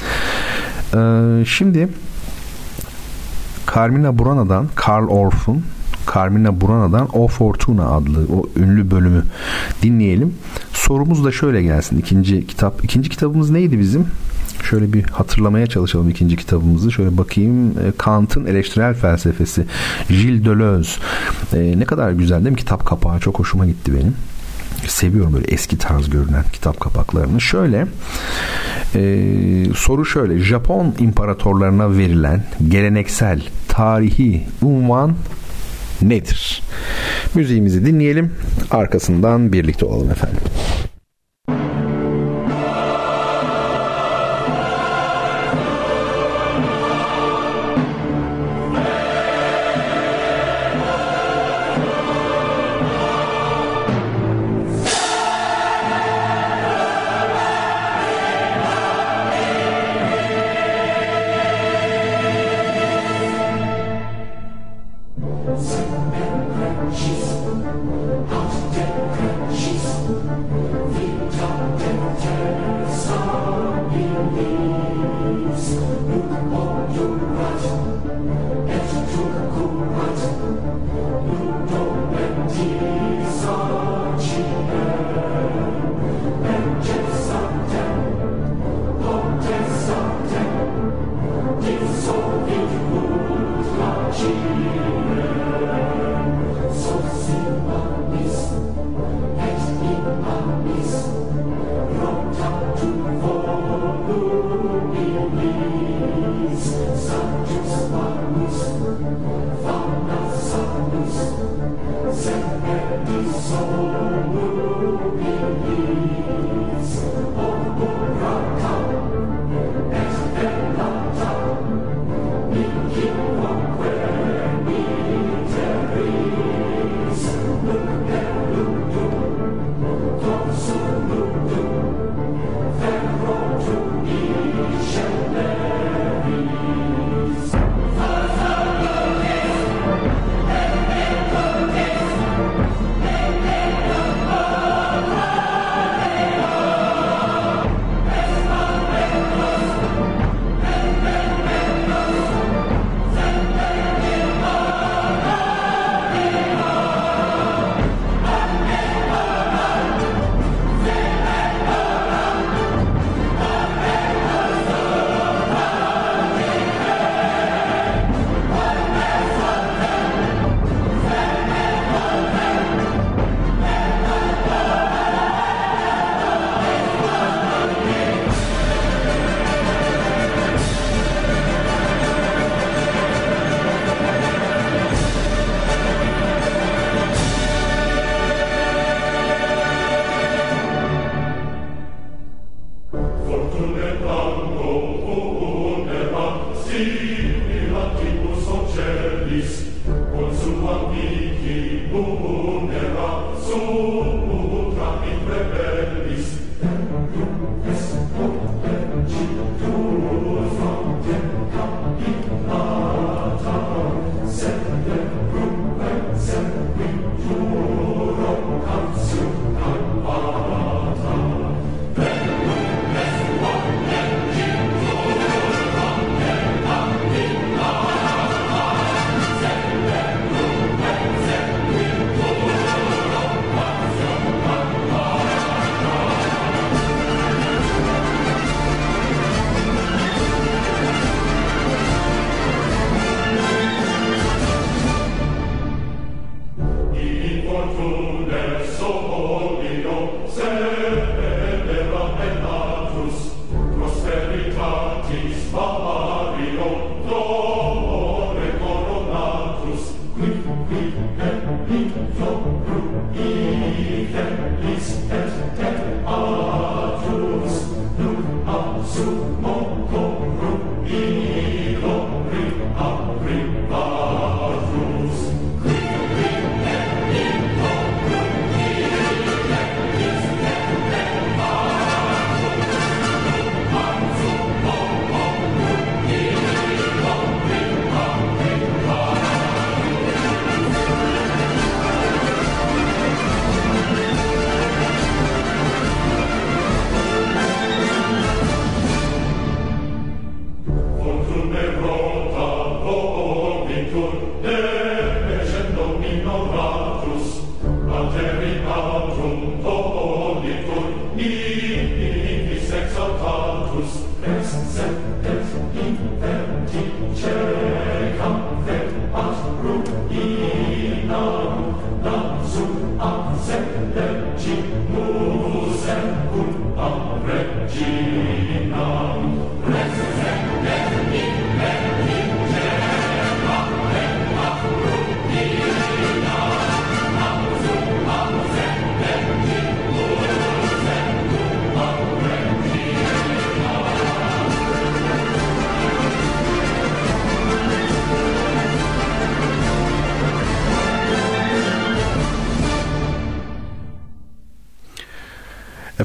Şimdi Carmina Burana'dan, Karl Orff'un Carmina Burana'dan O Fortuna adlı o ünlü bölümü dinleyelim. Sorumuz da şöyle gelsin. İkinci kitabımız neydi bizim? Şöyle bir hatırlamaya çalışalım ikinci kitabımızı. Şöyle bakayım. Kant'ın Eleştirel Felsefesi. Gilles Deleuze. Ne kadar güzel değil mi? Kitap kapağı çok hoşuma gitti benim. Seviyorum böyle eski tarz görünen kitap kapaklarını. Şöyle soru şöyle: Japon imparatorlarına verilen geleneksel tarihi unvan nedir? Müziğimizi dinleyelim. Arkasından birlikte olalım efendim.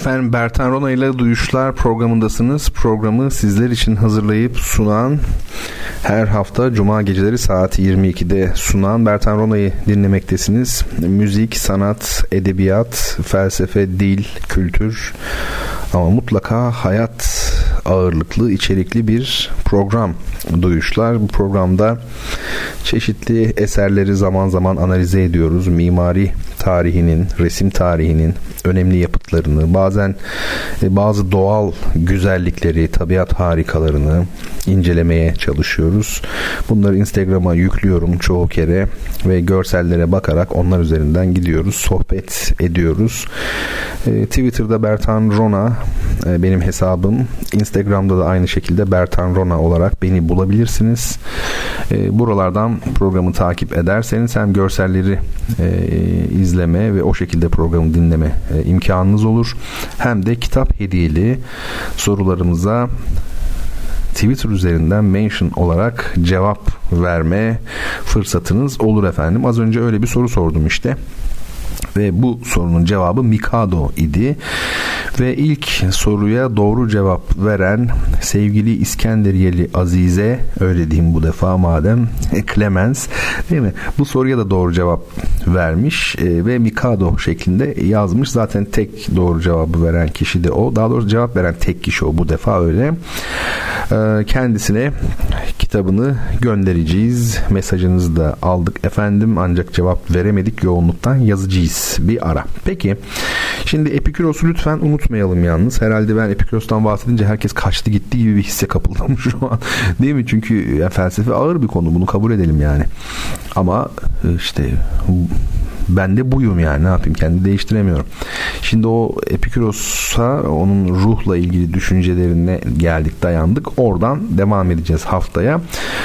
Efendim, Bertan Rona ile Duyuşlar programındasınız. Programı sizler için hazırlayıp sunan, her hafta Cuma geceleri saat 22'de sunan Bertan Rona'yı dinlemektesiniz. Müzik, sanat, edebiyat, felsefe, dil, kültür ama mutlaka hayat ağırlıklı, içerikli bir program Duyuşlar. Bu programda çeşitli eserleri zaman zaman analize ediyoruz. Mimari tarihinin, resim tarihinin önemli yapıtlarını, bazen bazı doğal güzellikleri, tabiat harikalarını incelemeye çalışıyoruz. Bunları Instagram'a yüklüyorum çoğu kere ve görsellere bakarak onlar üzerinden gidiyoruz, sohbet ediyoruz. Twitter'da Bertan Rona benim hesabım. Instagram'da da aynı şekilde Bertan Rona olarak beni bulabilirsiniz. Buralardan programı takip ederseniz hem görselleri izleme ve o şekilde programı dinleme imkanınız olur. Hem de kitap hediyeli sorularımıza Twitter üzerinden mention olarak cevap verme fırsatınız olur efendim. Az önce öyle bir soru sordum işte. Ve bu sorunun cevabı Mikado idi. Ve ilk soruya doğru cevap veren sevgili İskenderiyeli Azize, öyle diyeyim bu defa madem, Clemens değil mi? Bu soruya da doğru cevap vermiş ve Mikado şeklinde yazmış. Zaten tek doğru cevabı veren kişi de o. Daha doğrusu cevap veren tek kişi o, bu defa öyle. Kendisine kitabını göndereceğiz. Mesajınızı da aldık efendim, ancak cevap veremedik, yoğunluktan yazıcıyız bir ara. Peki, şimdi Epikuros'u lütfen unutmayalım yalnız. Herhalde ben Epikuros'tan bahsedince herkes kaçtı gitti gibi bir hisse kapıldım şu an. Değil mi? Çünkü felsefe ağır bir konu, bunu kabul edelim yani. Ama işte ben de buyum yani, ne yapayım, kendimi değiştiremiyorum. Şimdi o Epikuros'a, onun ruhla ilgili düşüncelerine geldik, dayandık. Oradan devam edeceğiz haftaya.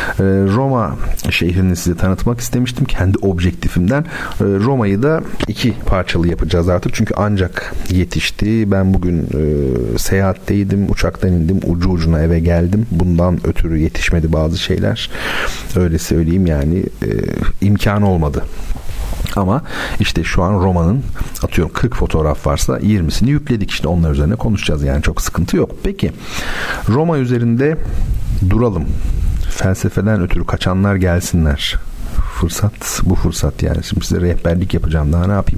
Roma şehrini size tanıtmak istemiştim kendi objektifimden. Roma'yı da iki parçalı yapacağız artık. Çünkü ancak yetişti. Ben bugün seyahatteydim. Uçaktan indim. Ucu ucuna eve geldim. Bundan ötürü yetişmedi bazı şeyler. Öyle söyleyeyim yani. İmkanı olmadı. Ama işte şu an Roma'nın, atıyorum 40 fotoğraf varsa 20'sini yükledik, işte onlar üzerine konuşacağız yani, çok sıkıntı yok. Peki, Roma üzerinde duralım. Felsefeden ötürü kaçanlar gelsinler. Fırsat bu fırsat yani. Şimdi size rehberlik yapacağım, daha ne yapayım.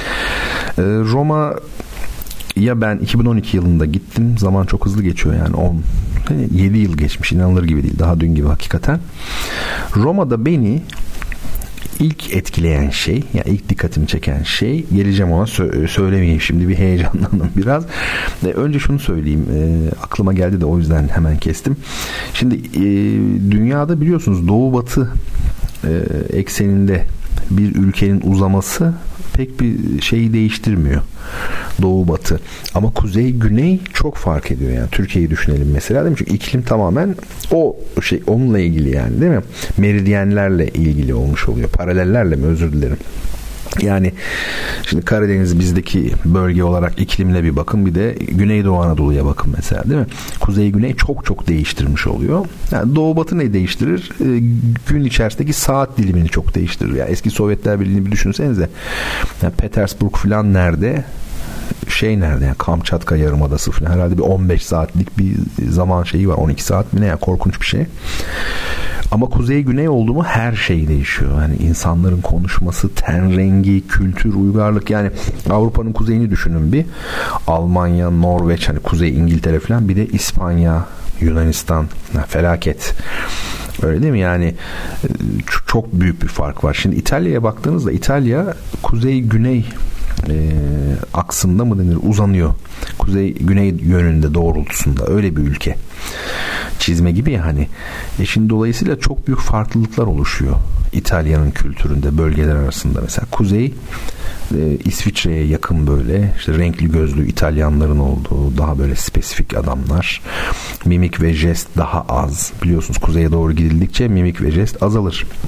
Roma'ya ben 2012 yılında gittim. Zaman çok hızlı geçiyor yani, 7 yıl geçmiş, inanılır gibi değil, daha dün gibi hakikaten. Roma'da beni İlk etkileyen şey, yani ilk dikkatimi çeken şey, geleceğim ona, söylemeyeyim şimdi, bir heyecanlandım biraz. Önce şunu söyleyeyim, aklıma geldi de o yüzden hemen kestim. Şimdi dünyada biliyorsunuz doğu batı ekseninde bir ülkenin uzaması pek bir şeyi değiştirmiyor, doğu batı, ama kuzey güney çok fark ediyor. Yani Türkiye'yi düşünelim mesela, değil mi? Çünkü iklim tamamen o şey, onunla ilgili yani, değil mi? Meridyenlerle ilgili olmuş oluyor, paralellerle mi, özür dilerim. Yani şimdi Karadeniz bizdeki bölge olarak iklimle bir bakın, bir de Güneydoğu Anadolu'ya bakın mesela, değil mi? Kuzey güney çok çok değiştirmiş oluyor. Yani doğu batı ne değiştirir? Gün içerisindeki saat dilimini çok değiştirir. Yani eski Sovyetler Birliği'ni bir düşünsenize. Yani Petersburg falan nerede? Nerede yani, Kamçatka Yarımadası falan, herhalde bir 15 saatlik bir zaman şeyi var, 12 saat mi ne ya, korkunç bir şey. Ama kuzey güney oldu mu her şey değişiyor. Yani insanların konuşması, ten rengi, kültür, uygarlık, yani Avrupa'nın kuzeyini düşünün bir. Almanya, Norveç, hani kuzey İngiltere falan, bir de İspanya, Yunanistan, felaket. Öyle değil mi? Yani çok büyük bir fark var. Şimdi İtalya'ya baktığınızda, İtalya kuzey güney aksında mı denir, uzanıyor. Kuzey güney yönünde, doğrultusunda, öyle bir ülke. Çizme gibi ya hani. Şimdi dolayısıyla çok büyük farklılıklar oluşuyor İtalya'nın kültüründe, bölgeler arasında. Mesela kuzey İsviçre'ye yakın, böyle işte renkli gözlü İtalyanların olduğu, daha böyle spesifik adamlar. Mimik ve jest daha az. Biliyorsunuz kuzeye doğru gidildikçe mimik ve jest azalır.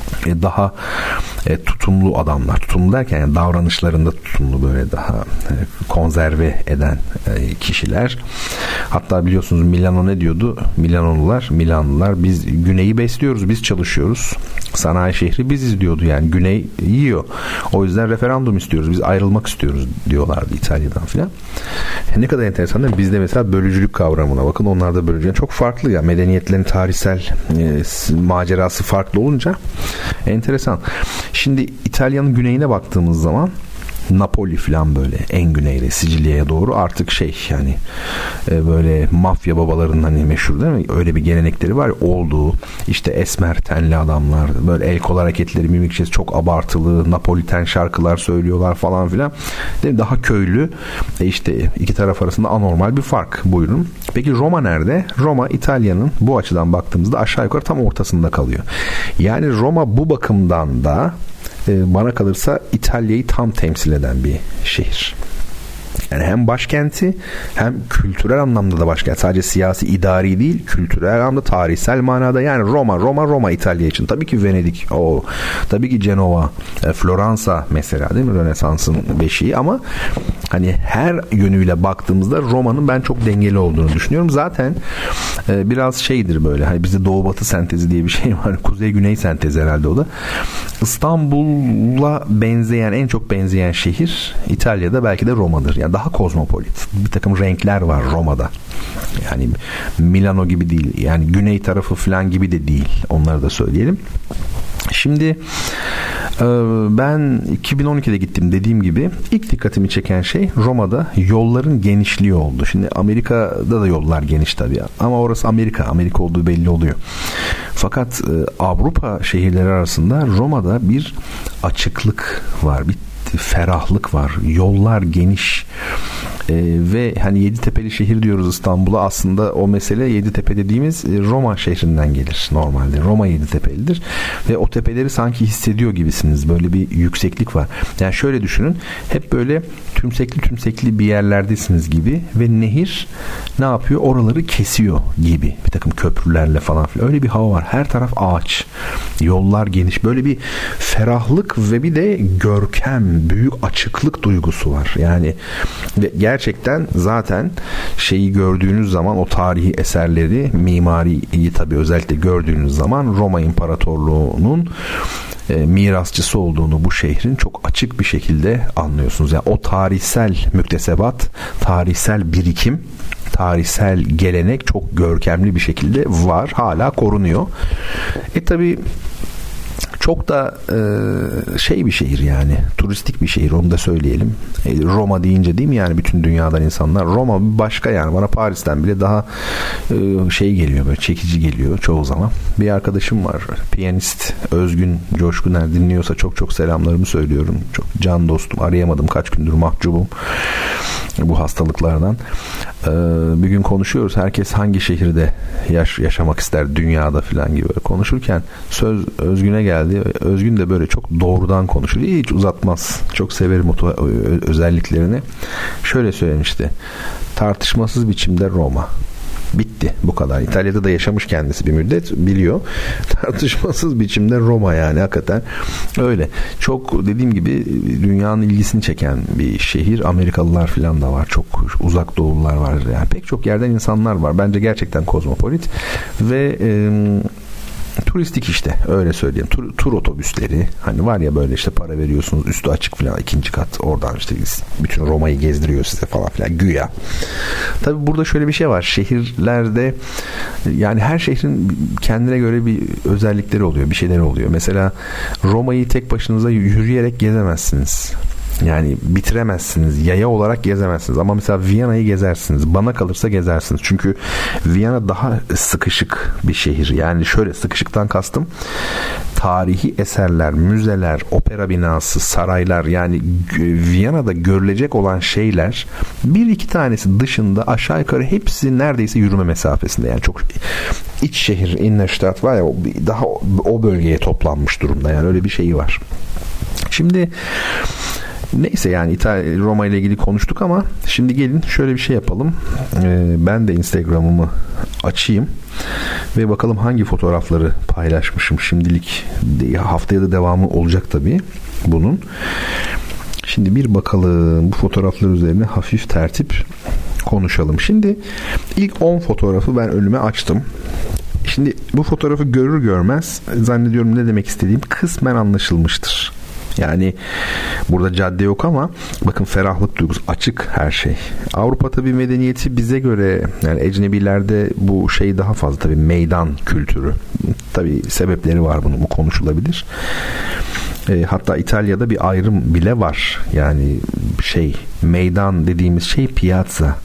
daha tutumlu adamlar. Tutumlu derken yani davranışlarında tutumlu, böyle daha konserve eden kişiler. Hatta biliyorsunuz Milano ne diyordu? Milanlılar biz güneyi besliyoruz, biz çalışıyoruz. Sanayi şehri biziz diyordu, yani güney yiyor. O yüzden referandum istiyoruz, biz ayrılmak istiyoruz diyorlardı İtalya'dan filan. Ne kadar enteresan değil mi? Bizde mesela bölücülük kavramına bakın, onlarda bölücülük çok farklı ya. Medeniyetlerin tarihsel macerası farklı olunca enteresan. Şimdi İtalya'nın güneyine baktığımız zaman Napoli falan, böyle en güneyde Sicilya'ya doğru artık yani böyle mafya babalarının hani meşhur değil mi? Öyle bir gelenekleri var ya, olduğu işte esmer tenli adamlar, böyle el kol hareketleri, mimikçesi çok abartılı, Napoliten şarkılar söylüyorlar falan filan. Daha köylü, işte iki taraf arasında anormal bir fark. Buyurun. Peki Roma nerede? Roma İtalya'nın bu açıdan baktığımızda aşağı yukarı tam ortasında kalıyor. Yani Roma bu bakımdan da bana kalırsa İtalya'yı tam temsil eden bir şehir. Yani hem başkenti hem kültürel anlamda da başkent. Sadece siyasi, idari değil, kültürel anlamda, tarihsel manada. Yani Roma İtalya için. Tabii ki Venedik, tabii ki Cenova, Floransa mesela, değil mi? Rönesans'ın beşiği, ama hani her yönüyle baktığımızda Roma'nın ben çok dengeli olduğunu düşünüyorum. Zaten biraz şeydir böyle. Hani bizde doğu batı sentezi diye bir şey var. Kuzey güney sentezi herhalde o da. İstanbul'a benzeyen, en çok benzeyen şehir İtalya'da belki de Roma'dır. Yani daha kozmopolit. Bir takım renkler var Roma'da. Yani Milano gibi değil. Yani güney tarafı falan gibi de değil. Onları da söyleyelim. Şimdi ben 2012'de gittim, dediğim gibi ilk dikkatimi çeken şey Roma'da yolların genişliği oldu. Şimdi Amerika'da da yollar geniş tabii, ama orası Amerika olduğu belli oluyor. Fakat Avrupa şehirleri arasında Roma'da bir açıklık var, bir ferahlık var. Yollar geniş. Ve hani Yeditepe'li şehir diyoruz İstanbul'a, aslında o mesele Yeditepe dediğimiz Roma şehrinden gelir normalde. Roma Yeditepe'lidir ve o tepeleri sanki hissediyor gibisiniz. Böyle bir yükseklik var. Yani şöyle düşünün, hep böyle tümsekli bir yerlerdesiniz gibi ve nehir ne yapıyor? Oraları kesiyor gibi. Bir takım köprülerle falan filan. Öyle bir hava var. Her taraf ağaç. Yollar geniş. Böyle bir ferahlık ve bir de görkem, büyük açıklık duygusu var. Yani ve gerçekten zaten şeyi gördüğünüz zaman, o tarihi eserleri, mimariyi tabii özellikle gördüğünüz zaman Roma İmparatorluğu'nun mirasçısı olduğunu bu şehrin çok açık bir şekilde anlıyorsunuz. Yani o tarihsel müktesebat, tarihsel birikim, tarihsel gelenek çok görkemli bir şekilde var. Hala korunuyor. Tabii çok da bir şehir, yani turistik bir şehir, onu da söyleyelim. Roma deyince, değil mi, yani bütün dünyadan insanlar Roma bir başka, yani bana Paris'ten bile daha geliyor, böyle çekici geliyor çoğu zaman. Bir arkadaşım var, piyanist Özgün Coşkuner, dinliyorsa çok çok selamlarımı söylüyorum. Çok can dostum, arayamadım, kaç gündür mahcubum bu hastalıklardan. Bir gün konuşuyoruz, herkes hangi şehirde yaşamak ister dünyada falan gibi konuşurken söz Özgün'e geldi. Özgün de böyle çok doğrudan konuşur, hiç uzatmaz, çok severim o özelliklerini. Şöyle söylemişti: tartışmasız biçimde Roma. Bitti. Bu kadar. İtalya'da da yaşamış kendisi bir müddet, biliyor. Tartışmasız biçimde Roma, yani hakikaten öyle. Çok, dediğim gibi, dünyanın ilgisini çeken bir şehir. Amerikalılar falan da var. Çok uzak doğulular var. Yani pek çok yerden insanlar var. Bence gerçekten kozmopolit ve turistik, işte öyle söyleyeyim. Tur otobüsleri, hani var ya, böyle işte para veriyorsunuz, üstü açık falan, ikinci kat, oradan işte bütün Roma'yı gezdiriyor size falan filan, güya. Tabii burada şöyle bir şey var. Şehirlerde, yani her şehrin kendine göre bir özellikleri oluyor, bir şeyleri oluyor. Mesela Roma'yı tek başınıza yürüyerek gezemezsiniz. Yani bitiremezsiniz. Yaya olarak gezemezsiniz. Ama mesela Viyana'yı gezersiniz. Bana kalırsa gezersiniz. Çünkü Viyana daha sıkışık bir şehir. Yani şöyle, sıkışıktan kastım, tarihi eserler, müzeler, opera binası, saraylar, yani Viyana'da görülecek olan şeyler, bir iki tanesi dışında aşağı yukarı hepsi neredeyse yürüme mesafesinde. Yani çok iç şehir, Innenstadt var ya, daha o bölgeye toplanmış durumda. Yani öyle bir şeyi var. Şimdi Neyse yani Roma ile ilgili konuştuk ama şimdi gelin şöyle bir şey yapalım. Ben de Instagram'ımı açayım ve bakalım hangi fotoğrafları paylaşmışım. Şimdilik haftaya da devamı olacak tabii bunun. Şimdi bir bakalım bu fotoğraflar üzerine hafif tertip konuşalım. Şimdi ilk 10 fotoğrafı ben önüme açtım. Şimdi bu fotoğrafı görür görmez zannediyorum ne demek istediğim kısmen anlaşılmıştır. Yani burada cadde yok ama bakın ferahlık duygusu, açık her şey. Avrupa tabii medeniyeti bize göre, yani ecnebilerde bu şey daha fazla tabii, meydan kültürü. Tabii sebepleri var bunun, bu konuşulabilir. Hatta İtalya'da bir ayrım bile var. Yani meydan dediğimiz şey piazza.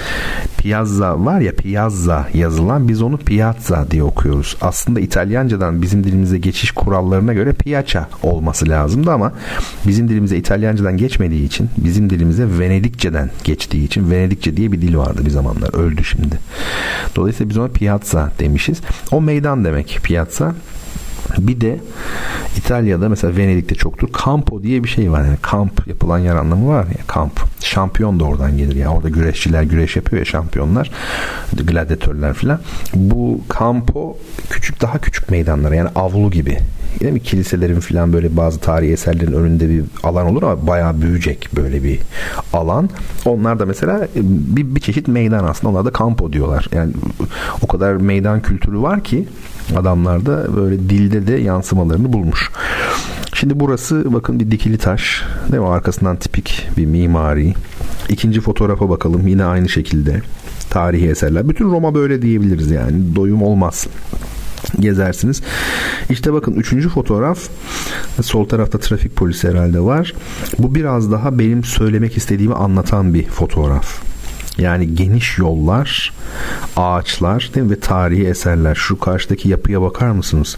Piazza var ya, piazza yazılan, biz onu piazza diye okuyoruz. Aslında İtalyancadan bizim dilimize geçiş kurallarına göre piazza olması lazımdı ama bizim dilimize İtalyancadan geçmediği için, bizim dilimize Venedikçeden geçtiği için, Venedikçe diye bir dil vardı bir zamanlar, öldü şimdi. Dolayısıyla biz ona piazza demişiz. O meydan demek piazza. Bir de İtalya'da mesela Venedik'te çoktur. Campo diye bir şey var. Yani kamp, yapılan yer anlamı var ya, kamp. Şampiyon da oradan gelir. Yani orada güreşçiler güreş yapıyor ya, şampiyonlar, gladyatörler filan. Bu campo daha küçük meydanlara, yani avlu gibi. Değil mi? Kiliselerin filan böyle bazı tarihi eserlerin önünde bir alan olur ama bayağı büyüyecek böyle bir alan. Onlar da mesela bir çeşit meydan aslında. Onlar da campo diyorlar. Yani o kadar meydan kültürü var ki adamlarda böyle dilde de yansımalarını bulmuş. Şimdi burası bakın bir dikili taş, değil mi? Arkasından tipik bir mimari. İkinci fotoğrafa bakalım. Yine aynı şekilde tarihi eserler. Bütün Roma böyle diyebiliriz yani. Doyum olmaz. Gezersiniz. İşte bakın 3. fotoğraf, sol tarafta trafik polisi herhalde var. Bu biraz daha benim söylemek istediğimi anlatan bir fotoğraf. Yani geniş yollar, ağaçlar, değil mi? Ve tarihi eserler. Şu karşıdaki yapıya bakar mısınız?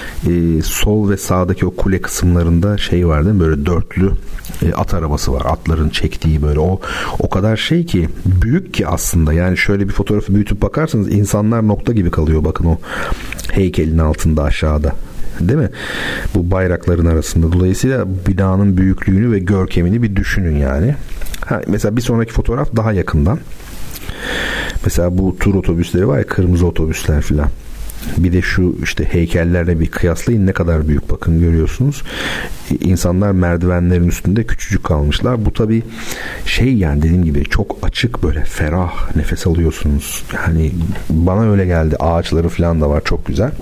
Sol ve sağdaki o kule kısımlarında var değil mi? Böyle dörtlü at arabası var. Atların çektiği böyle o kadar ki, büyük ki aslında. Yani şöyle bir fotoğrafı büyütüp bakarsanız insanlar nokta gibi kalıyor. Bakın o heykelin altında aşağıda. Değil mi? Bu bayrakların arasında. Dolayısıyla binanın büyüklüğünü ve görkemini bir düşünün yani. Mesela bir sonraki fotoğraf daha yakından. Mesela bu tur otobüsleri var ya, kırmızı otobüsler filan. Bir de şu heykellerle bir kıyaslayın, ne kadar büyük, bakın görüyorsunuz. İnsanlar merdivenlerin üstünde küçücük kalmışlar. Bu tabii yani dediğim gibi çok açık, böyle ferah nefes alıyorsunuz. Yani bana öyle geldi. Ağaçları falan da var, çok güzel.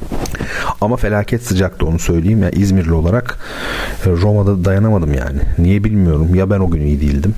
Ama felaket sıcaktı, onu söyleyeyim. Yani İzmirli olarak Roma'da dayanamadım yani. Niye bilmiyorum. Ya ben o gün iyi değildim,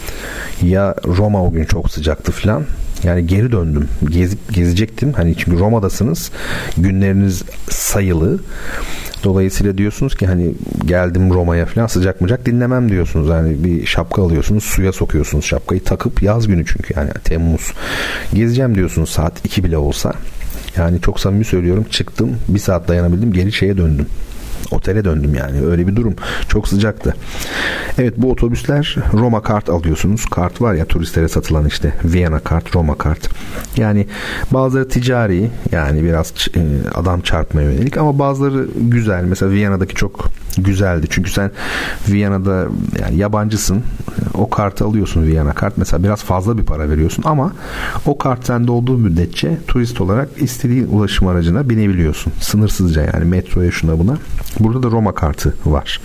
ya Roma o gün çok sıcaktı falan. Yani geri döndüm. Gezecektim. Çünkü Roma'dasınız. Günleriniz sayılı. Dolayısıyla diyorsunuz ki geldim Roma'ya falan, sıcak mıcak dinlemem diyorsunuz. Bir şapka alıyorsunuz, suya sokuyorsunuz şapkayı takıp, yaz günü çünkü Temmuz. Gezeceğim diyorsunuz, saat 2 bile olsa. Yani çok samimi söylüyorum, çıktım, 1 saat dayanabildim, geri döndüm. Otele döndüm yani. Öyle bir durum. Çok sıcaktı. Evet, bu otobüsler, Roma kart alıyorsunuz. Kart var ya, turistlere satılan Viyana kart, Roma kart. Yani bazıları ticari, yani biraz adam çarpmaya yönelik, ama bazıları güzel. Mesela Viyana'daki çok güzeldi. Çünkü sen Viyana'da yani yabancısın. O kartı alıyorsun, Viyana kart. Mesela biraz fazla bir para veriyorsun ama o kart sende olduğu müddetçe turist olarak istediğin ulaşım aracına binebiliyorsun. Sınırsızca, yani metroya, şuna buna. Burada da Roma kartı var.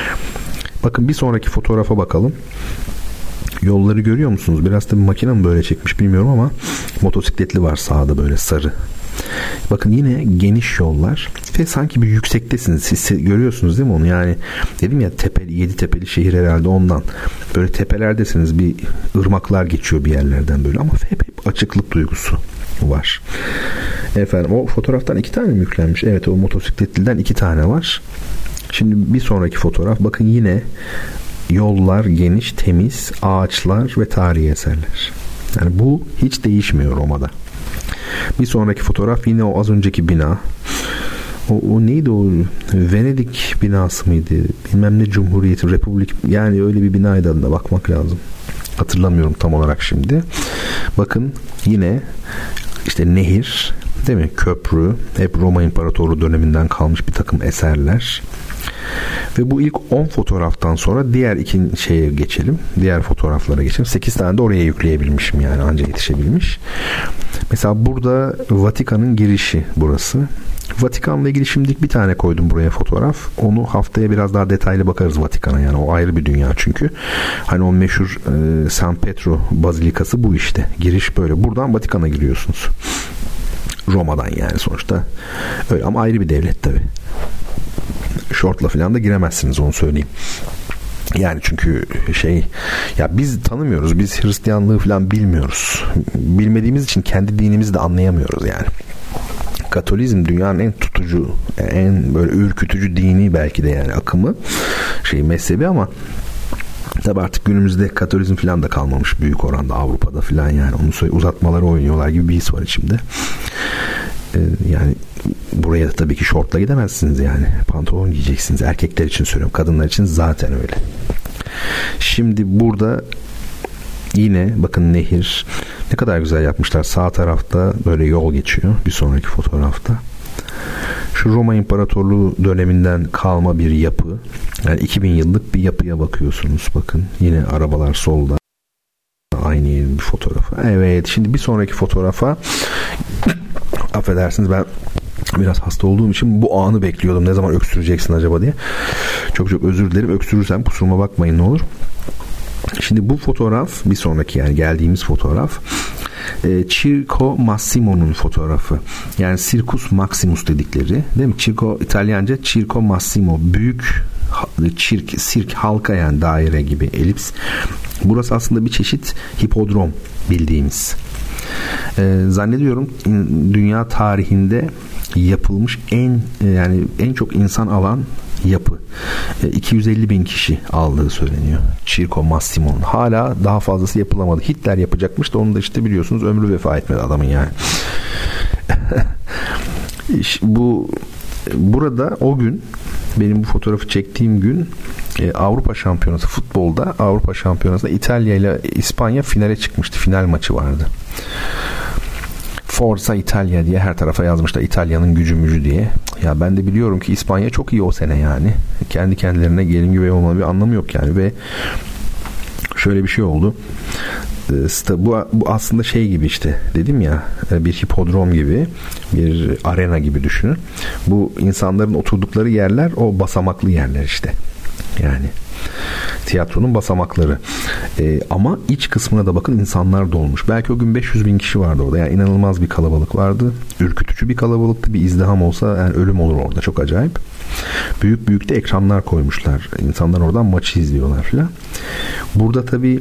Bakın bir sonraki fotoğrafa bakalım. Yolları görüyor musunuz? Biraz tabii makine mi böyle çekmiş bilmiyorum ama motosikletli var sağda, böyle sarı. Bakın yine geniş yollar ve sanki bir yüksektesiniz. Siz görüyorsunuz değil mi onu? Yani dedim ya, tepeli, 7 tepeli şehir herhalde ondan. Böyle tepelerdesiniz, bir ırmaklar geçiyor bir yerlerden böyle, ama hep açıklık duygusu var. Efendim, o fotoğraftan 2 tane mi yüklenmiş? Evet, o motosikletliden 2 tane var. Şimdi bir sonraki fotoğraf, bakın yine yollar geniş, temiz, ağaçlar ve tarihi eserler. Yani bu hiç değişmiyor Roma'da. Bir sonraki fotoğraf yine o az önceki bina. O neydi o? Venedik binası mıydı? Bilmem ne Cumhuriyeti, Republik, yani öyle bir binaydı, adına bakmak lazım. Hatırlamıyorum tam olarak şimdi. Bakın yine nehir, Değil mi? Köprü, hep Roma İmparatorluğu döneminden kalmış bir takım eserler. Ve bu ilk 10 fotoğraftan sonra diğer şeye geçelim. Diğer fotoğraflara geçelim. 8 tane de oraya yükleyebilmişim yani, anca yetişebilmiş. Mesela burada Vatikan'ın girişi burası. Vatikan'la ilgili şimdilik bir tane koydum buraya fotoğraf. Onu haftaya biraz daha detaylı bakarız Vatikan'a, yani o ayrı bir dünya çünkü. Hani o meşhur San Pietro Bazilikası bu işte. Giriş böyle. Buradan Vatikan'a giriyorsunuz. Roma'dan yani sonuçta. Öyle ama ayrı bir devlet tabii. Şortla falan da giremezsiniz, onu söyleyeyim. Yani çünkü ya biz tanımıyoruz. Biz Hristiyanlığı falan bilmiyoruz. Bilmediğimiz için kendi dinimizi de anlayamıyoruz yani. Katolizm dünyanın en tutucu, en böyle ürkütücü dini belki de yani akımı, mezhebi ama tabi artık günümüzde Katolizm falan da kalmamış büyük oranda Avrupa'da falan yani. Onu uzatmaları oynuyorlar gibi bir his var içimde. Yani buraya da tabii ki şortla gidemezsiniz yani. Pantolon giyeceksiniz. Erkekler için söylüyorum. Kadınlar için zaten öyle. Şimdi burada yine bakın nehir. Ne kadar güzel yapmışlar. Sağ tarafta böyle yol geçiyor. Bir sonraki fotoğrafta. Şu Roma İmparatorluğu döneminden kalma bir yapı. Yani 2000 yıllık bir yapıya bakıyorsunuz. Bakın yine arabalar solda. Aynı yerin bir fotoğrafı. Evet, şimdi bir sonraki fotoğrafa affedersiniz, ben biraz hasta olduğum için bu anı bekliyordum. Ne zaman öksüreceksin acaba diye. Çok çok özür dilerim. Öksürürsem kusuruma bakmayın ne olur. Şimdi bu fotoğraf bir sonraki, yani geldiğimiz fotoğraf Circo Massimo'nun fotoğrafı. Yani Circus Maximus dedikleri, değil mi? Circo İtalyanca Circo Massimo. Büyük sirk, halka yani daire gibi, elips. Burası aslında bir çeşit hipodrom bildiğimiz. Zannediyorum dünya tarihinde yapılmış en çok insan alan yapı. 250 bin kişi aldığı söyleniyor. Circo Massimo'nun. Hala daha fazlası yapılamadı. Hitler yapacakmış da onu da işte biliyorsunuz ömrü vefa etmedi adamın yani. Burada o gün, benim bu fotoğrafı çektiğim gün Avrupa Şampiyonası, futbolda Avrupa Şampiyonası'nda İtalya ile İspanya finale çıkmıştı. Final maçı vardı. Forza İtalya diye her tarafa yazmışlar. İtalya'nın gücü diye. Ya ben de biliyorum ki İspanya çok iyi o sene yani. Kendi kendilerine gelin güvey olmanın bir anlamı yok yani. Ve şöyle bir şey oldu. Bu aslında gibi işte, dedim ya, bir hipodrom gibi, bir arena gibi düşünün. Bu insanların oturdukları yerler o basamaklı yerler işte. Yani tiyatronun basamakları. Ama iç kısmına da bakın, insanlar dolmuş. Belki o gün 500 bin kişi vardı orada. Yani inanılmaz bir kalabalık vardı. Ürkütücü bir kalabalıktı. Bir izdiham olsa yani ölüm olur orada. Çok acayip. Büyük büyük de ekranlar koymuşlar. İnsanlar oradan maçı izliyorlar falan. Burada tabii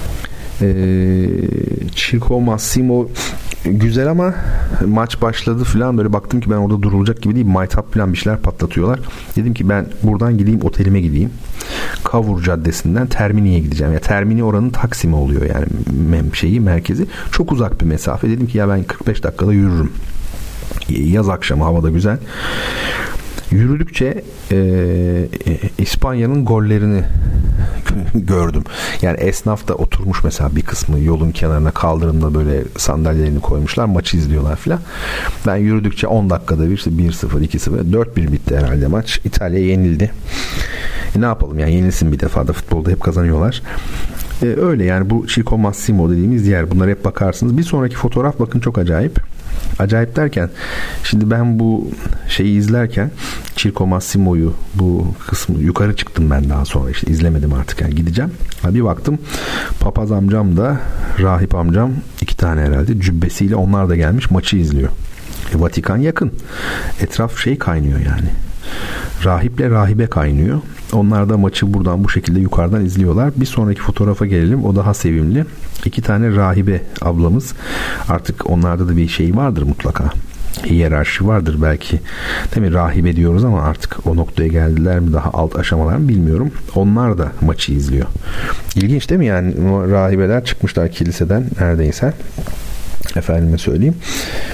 Circo Massimo güzel ama maç başladı falan, böyle baktım ki ben orada durulacak gibi değil. Maytap falan bir şeyler patlatıyorlar. Dedim ki ben buradan gideyim, otelime gideyim. Cavour Caddesi'nden Termini'ye gideceğim. Ya Termini oranın Taksim'i oluyor yani merkezi. Çok uzak bir mesafe. Dedim ki ya ben 45 dakikada yürürüm. Yaz akşamı, havada güzel. Yürüdükçe İspanya'nın gollerini gördüm. Yani esnaf da oturmuş mesela, bir kısmı yolun kenarına, kaldırımda böyle sandalyelerini koymuşlar, maçı izliyorlar filan. Ben yürüdükçe 10 dakikada bir işte 1-0, 2-0, 4-1 bitti herhalde maç. İtalya yenildi. Ne yapalım yani, yenilsin bir defa da, futbolda hep kazanıyorlar. Öyle yani, bu Circo Massimo dediğimiz yer. Bunlara hep bakarsınız. Bir sonraki fotoğraf bakın, çok acayip. Acayip derken, şimdi ben bu izlerken, Circo Massimo'yu, bu kısmı yukarı çıktım ben daha sonra, işte izlemedim artık yani, gideceğim. Bir baktım papaz amcam da rahip amcam, 2 tane herhalde cübbesiyle, onlar da gelmiş maçı izliyor. Vatikan yakın. Etraf kaynıyor yani. Rahiple rahibe kaynıyor. Onlar da maçı buradan bu şekilde yukarıdan izliyorlar. Bir sonraki fotoğrafa gelelim. O daha sevimli. 2 tane rahibe ablamız. Artık onlarda da bir vardır mutlaka. Hiyerarşi vardır belki. Değil mi? Rahibe diyoruz ama artık o noktaya geldiler mi, daha alt aşamalar mı bilmiyorum. Onlar da maçı izliyor. İlginç değil mi yani? O rahibeler çıkmışlar kiliseden neredeyse. Efendime söyleyeyim.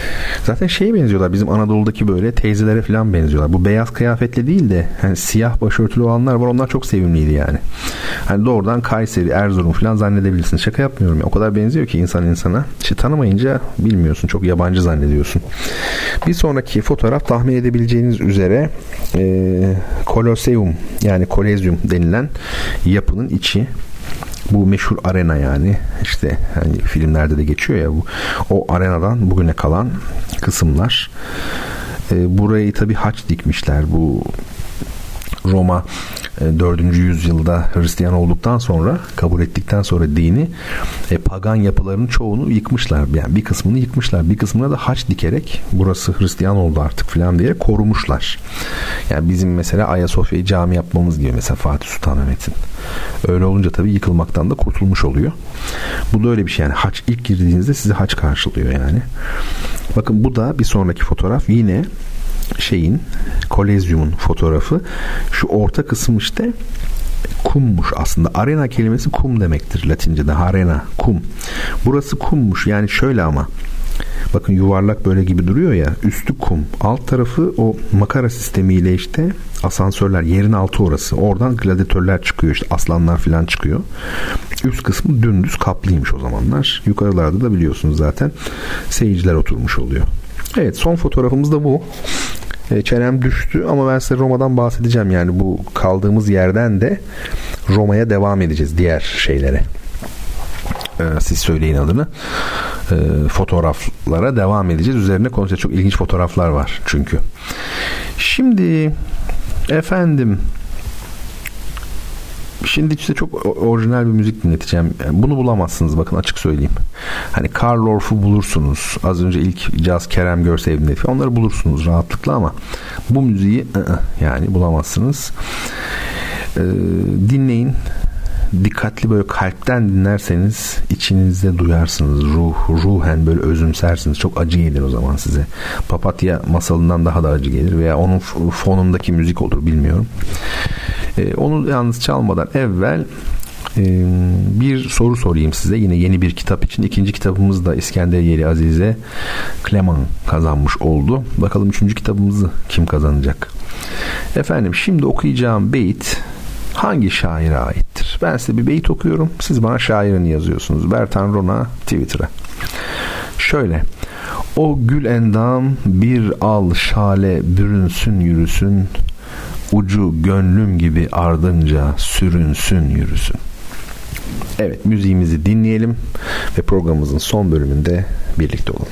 Zaten şeye benziyorlar, bizim Anadolu'daki böyle teyzelere falan benziyorlar. Bu beyaz kıyafetli değil de hani siyah başörtülü olanlar var, onlar çok sevimliydi yani. Hani doğrudan Kayseri, Erzurum falan zannedebilirsiniz. Şaka yapmıyorum ya. O kadar benziyor ki insan insana. İşte tanımayınca bilmiyorsun. Çok yabancı zannediyorsun. Bir sonraki fotoğraf tahmin edebileceğiniz üzere Koloseum yani Kolezyum denilen yapının içi. Bu meşhur arena yani işte hani filmlerde de geçiyor ya, bu o arenadan bugüne kalan kısımlar. Burayı tabii haç dikmişler. Bu Roma 4. yüzyılda Hristiyan olduktan sonra, kabul ettikten sonra dini, pagan yapıların çoğunu yıkmışlar. Yani bir kısmını yıkmışlar. Bir kısmına da haç dikerek burası Hristiyan oldu artık falan diye korumuşlar. Yani bizim mesela Ayasofya'yı cami yapmamız gibi mesela Fatih Sultan Mehmet'in. Öyle olunca tabii yıkılmaktan da kurtulmuş oluyor. Bu da öyle bir şey yani. Haç ilk girdiğinizde sizi haç karşılıyor yani. Bakın bu da bir sonraki fotoğraf. Yine Kolezyum'un fotoğrafı. Şu orta kısım işte kummuş aslında. Arena kelimesi kum demektir Latince'de. Arena, kum. Burası kummuş. Yani şöyle ama bakın yuvarlak böyle gibi duruyor ya. Üstü kum. Alt tarafı o makara sistemiyle işte asansörler. Yerin altı orası. Oradan gladyatörler çıkıyor. İşte aslanlar falan çıkıyor. Üst kısmı dümdüz kaplıymış o zamanlar. Yukarılarda da biliyorsunuz zaten seyirciler oturmuş oluyor. Evet, son fotoğrafımız da bu. Çenem düştü ama ben size Roma'dan bahsedeceğim. Yani bu kaldığımız yerden de Roma'ya devam edeceğiz, diğer şeylere. Siz söyleyin adını. Fotoğraflara devam edeceğiz. Üzerine konuşacağız. Çok ilginç fotoğraflar var çünkü. Şimdi efendim, şimdi size çok orijinal bir müzik dinleteceğim. Yani bunu bulamazsınız, bakın açık söyleyeyim. Hani Karl Orff'u bulursunuz. Az önce ilk Caz Kerem Görsev'in dinletti. Onları bulursunuz rahatlıkla ama bu müziği yani bulamazsınız. Dinleyin. Dikkatli, böyle kalpten dinlerseniz içinizde duyarsınız. Ruhen böyle özümsersiniz. Çok acı gelir o zaman size. Papatya masalından daha da acı gelir veya onun fonundaki müzik olur, bilmiyorum. Onu yalnız çalmadan evvel bir soru sorayım size. Yine yeni bir kitap için. İkinci kitabımız da İskenderiyeli Azize Kleman kazanmış oldu. Bakalım üçüncü kitabımızı kim kazanacak? Efendim, şimdi okuyacağım beyit hangi şaire aittir? Ben size bir beyit okuyorum. Siz bana şairini yazıyorsunuz. Bertan Rona Twitter'a. Şöyle: o gül endam bir al şale bürünsün yürüsün, ucu gönlüm gibi ardınca sürünsün yürüsün. Evet, müziğimizi dinleyelim ve programımızın son bölümünde birlikte olalım.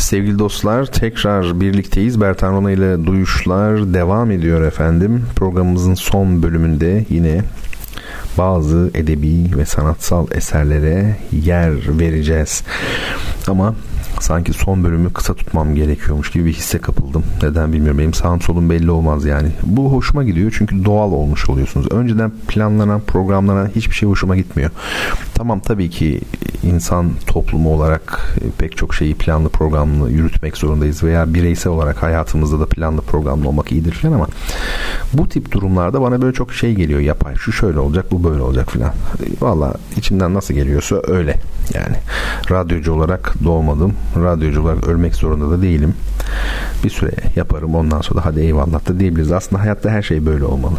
sevgili dostlar, tekrar birlikteyiz. Bertan Rona ile Duyuşlar devam ediyor efendim. Programımızın son bölümünde yine bazı edebi ve sanatsal eserlere yer vereceğiz. Ama sanki son bölümü kısa tutmam gerekiyormuş gibi bir hisse kapıldım. Neden bilmiyorum. Benim sağım solum belli olmaz yani. Bu hoşuma gidiyor çünkü doğal olmuş oluyorsunuz. Önceden planlanan, programlanan hiçbir şey hoşuma gitmiyor. Tamam, tabii ki insan toplumu olarak pek çok şeyi planlı programlı yürütmek zorundayız veya bireysel olarak hayatımızda da planlı programlı olmak iyidir falan, ama bu tip durumlarda bana böyle çok şey geliyor, yapay. Şu şöyle olacak, bu böyle olacak falan. Valla içimden nasıl geliyorsa öyle. Yani radyocu olarak doğmadım. Radyocu olarak ölmek zorunda da değilim. Bir süre yaparım, ondan sonra hadi eyvallah da diyebiliriz. Aslında hayatta her şey böyle olmalı.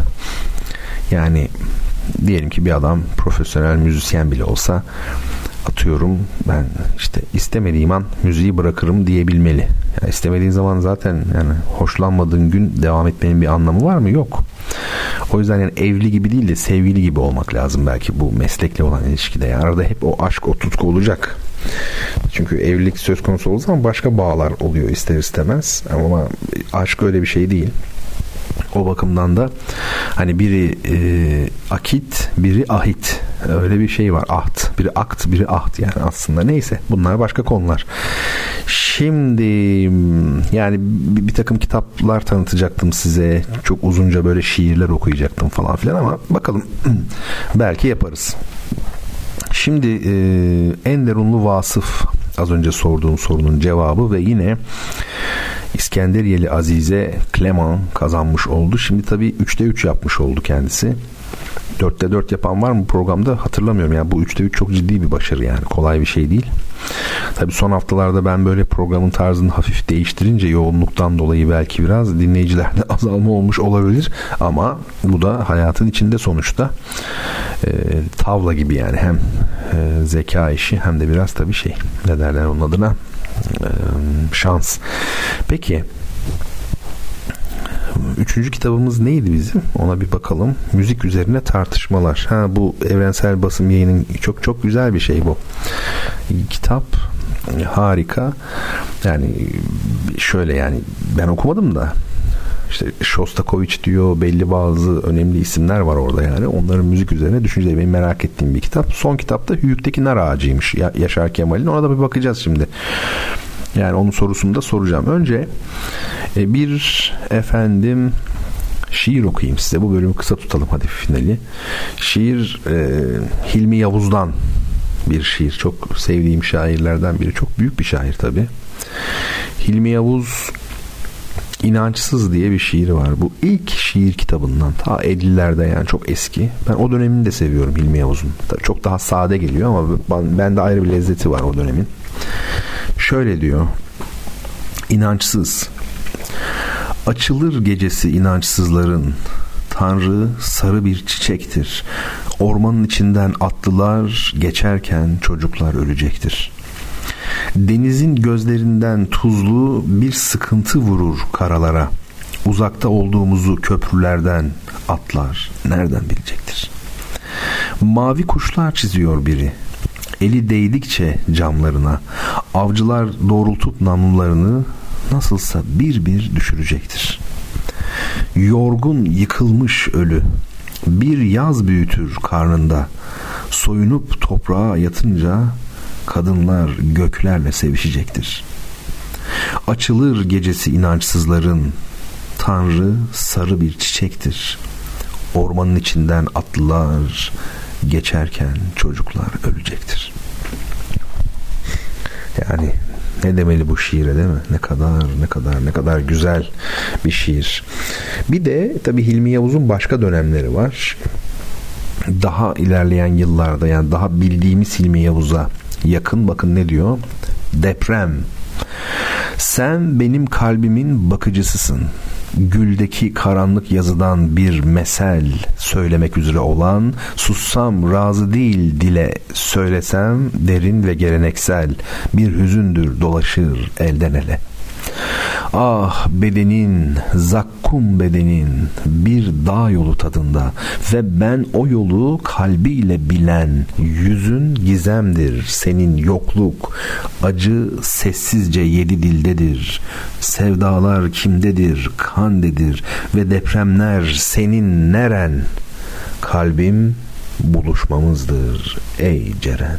Yani diyelim ki bir adam profesyonel müzisyen bile olsa, atıyorum ben işte istemediğim an müziği bırakırım diyebilmeli. Yani istemediğin zaman zaten, yani hoşlanmadığın gün devam etmenin bir anlamı var mı? Yok. O yüzden yani evli gibi değil de sevgili gibi olmak lazım belki bu meslekle olan ilişkide. Yani arada hep o aşk, o tutku olacak. Çünkü evlilik söz konusu olduğu zaman başka bağlar oluyor ister istemez. Ama aşk öyle bir şey değil. O bakımdan da hani biri akit, biri ahit, öyle bir şey var. Ahd, biri akt, biri ahd, yani aslında neyse, bunlar başka konular. Şimdi yani bir takım kitaplar tanıtacaktım size, çok uzunca böyle şiirler okuyacaktım falan filan, ama bakalım belki yaparız. Şimdi Enderunlu Vasıf, az önce sorduğum sorunun cevabı ve yine İskenderiyeli Azize Clement kazanmış oldu. Şimdi tabii 3'te 3 yapmış oldu kendisi. 4'te 4 yapan var mı programda? Hatırlamıyorum. Yani bu 3'te 3 çok ciddi bir başarı, yani kolay bir şey değil. Tabii son haftalarda ben böyle programın tarzını hafif değiştirince yoğunluktan dolayı belki biraz dinleyicilerde azalma olmuş olabilir. Ama bu da hayatın içinde sonuçta. Tavla gibi yani, hem zeka işi hem de biraz tabii şey, ne derler onun adına, şans. Peki 3. kitabımız neydi bizim? Ona bir bakalım. Müzik üzerine tartışmalar. Bu Evrensel Basım Yayın'ın çok güzel bir şey bu. Kitap harika. Yani şöyle, yani ben okumadım da işte Shostakovich diyor, belli bazı önemli isimler var orada yani. Onların müzik üzerine düşünceleri, benim merak ettiğim bir kitap. Son kitapta Hüyük'teki Nar Ağacı'ymış. Yaşar Kemal'in. Ona da bir bakacağız şimdi. Yani onun sorusunu da soracağım. Önce bir şiir okuyayım size. Bu bölümü kısa tutalım hadi, finali. Şiir Hilmi Yavuz'dan bir şiir. Çok sevdiğim şairlerden biri. Çok büyük bir şair tabii. Hilmi Yavuz İnançsız diye bir şiiri var. Bu ilk şiir kitabından, ta 50'lerde, yani çok eski. Ben o dönemini de seviyorum Hilmi Yavuz'un. Çok daha sade geliyor ama bende ayrı bir lezzeti var o dönemin. Şöyle diyor: İnançsız. Açılır gecesi inançsızların, Tanrı sarı bir çiçektir. Ormanın içinden atlılar geçerken çocuklar ölecektir. Denizin gözlerinden tuzlu bir sıkıntı vurur karalara. Uzakta olduğumuzu köprülerden atlar nereden bilecektir? Mavi kuşlar çiziyor biri. Eli değdikçe camlarına, avcılar doğrultup namlularını nasılsa bir bir düşürecektir. Yorgun yıkılmış ölü bir yaz büyütür karnında. Soyunup toprağa yatınca kadınlar göklerle sevişecektir. Açılır gecesi inançsızların, Tanrı sarı bir çiçektir. Ormanın içinden atlılar geçerken çocuklar ölecektir. Yani ne demeli bu şiire, değil mi? Ne kadar güzel bir şiir. Bir de tabii Hilmi Yavuz'un başka dönemleri var. Daha ilerleyen yıllarda, yani daha bildiğimiz Hilmi Yavuz'a yakın, bakın ne diyor? Deprem. Sen benim kalbimin bakıcısısın. Güldeki karanlık yazıdan bir mesel söylemek üzere olan, sussam razı değil dile, söylesem derin ve geleneksel bir hüzündür dolaşır elden ele. Ah bedenin, zakkum bedenin bir dağ yolu tadında ve ben o yolu kalbiyle bilen, yüzün gizemdir senin yokluk, acı sessizce yedi dildedir, sevdalar kimdedir, kandedir ve depremler senin neren, kalbim buluşmamızdır ey Ceren.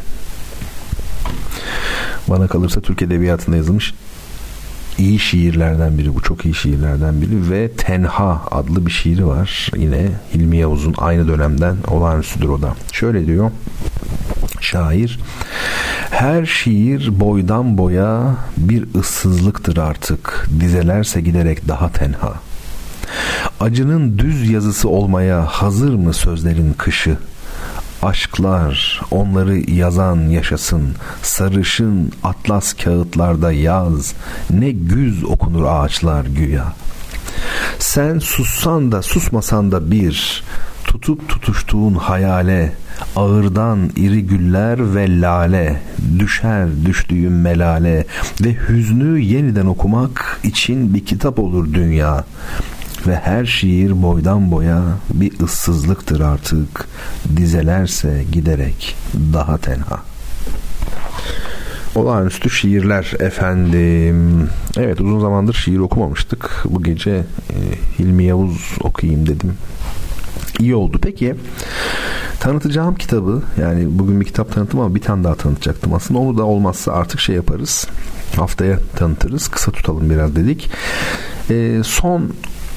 Bana kalırsa Türk Edebiyatı'nda yazılmış iyi şiirlerden biri bu. Çok iyi şiirlerden biri ve Tenha adlı bir şiiri var. Yine Hilmi Yavuz'un aynı dönemden, olağanüstüdür o da. Şöyle diyor şair: her şiir boydan boya bir ıssızlıktır artık, dizelerse giderek daha tenha. Acının düz yazısı olmaya hazır mı sözlerin kışı? Aşklar onları yazan yaşasın, sarışın atlas kağıtlarda yaz, ne güz okunur ağaçlar güya. Sen sussan da susmasan da bir, tutup tutuştuğun hayale, ağırdan iri güller ve lale, düşer düştüğün melale ve hüznü yeniden okumak için bir kitap olur dünya. Ve her şiir boydan boya bir ıssızlıktır artık, dizelerse giderek daha tenha. Olağanüstü şiirler efendim. Evet, uzun zamandır şiir okumamıştık. Bu gece Hilmi Yavuz okuyayım dedim. İyi oldu. Peki tanıtacağım kitabı, yani bugün bir kitap tanıttım ama bir tane daha tanıtacaktım aslında. Onu da olmazsa artık şey yaparız, haftaya tanıtırız. Kısa tutalım biraz dedik. Son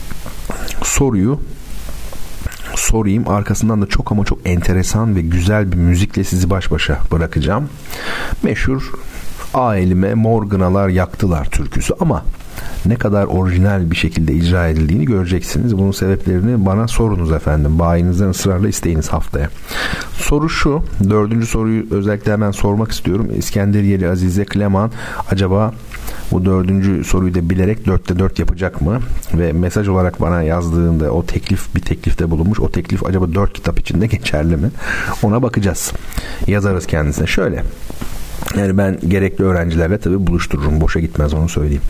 soruyu sorayım. Arkasından da çok ama çok enteresan ve güzel bir müzikle sizi baş başa bırakacağım. Meşhur "A elime mor gınalar yaktılar" türküsü ama ne kadar orijinal bir şekilde icra edildiğini göreceksiniz. Bunun sebeplerini bana sorunuz efendim. Bayinizden ısrarla isteyiniz haftaya. Soru şu. 4. soruyu özellikle hemen sormak istiyorum. İskenderiyeli Azize Kleman acaba bu 4. soruyu da bilerek 4'te 4 yapacak mı? Ve mesaj olarak bana yazdığında o bir teklifte bulunmuş. O teklif acaba 4 kitap içinde geçerli mi? Ona bakacağız. Yazarız kendisine. Şöyle. Yani ben gerekli öğrencilerle tabii buluştururum. Boşa gitmez, onu söyleyeyim.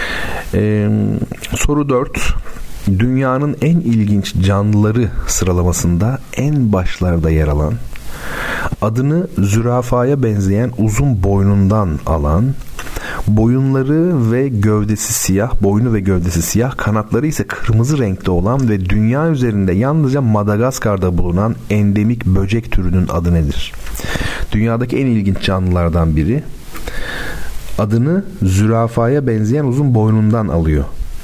Soru 4. Dünyanın en ilginç canlıları sıralamasında en başlarda yer alan, adını zürafaya benzeyen uzun boynundan alan, boynu ve gövdesi siyah, kanatları ise kırmızı renkte olan ve dünya üzerinde yalnızca Madagaskar'da bulunan endemik böcek türünün adı nedir? Dünyadaki en ilginç canlılardan biri, adını zürafaya benzeyen uzun boynundan alıyor.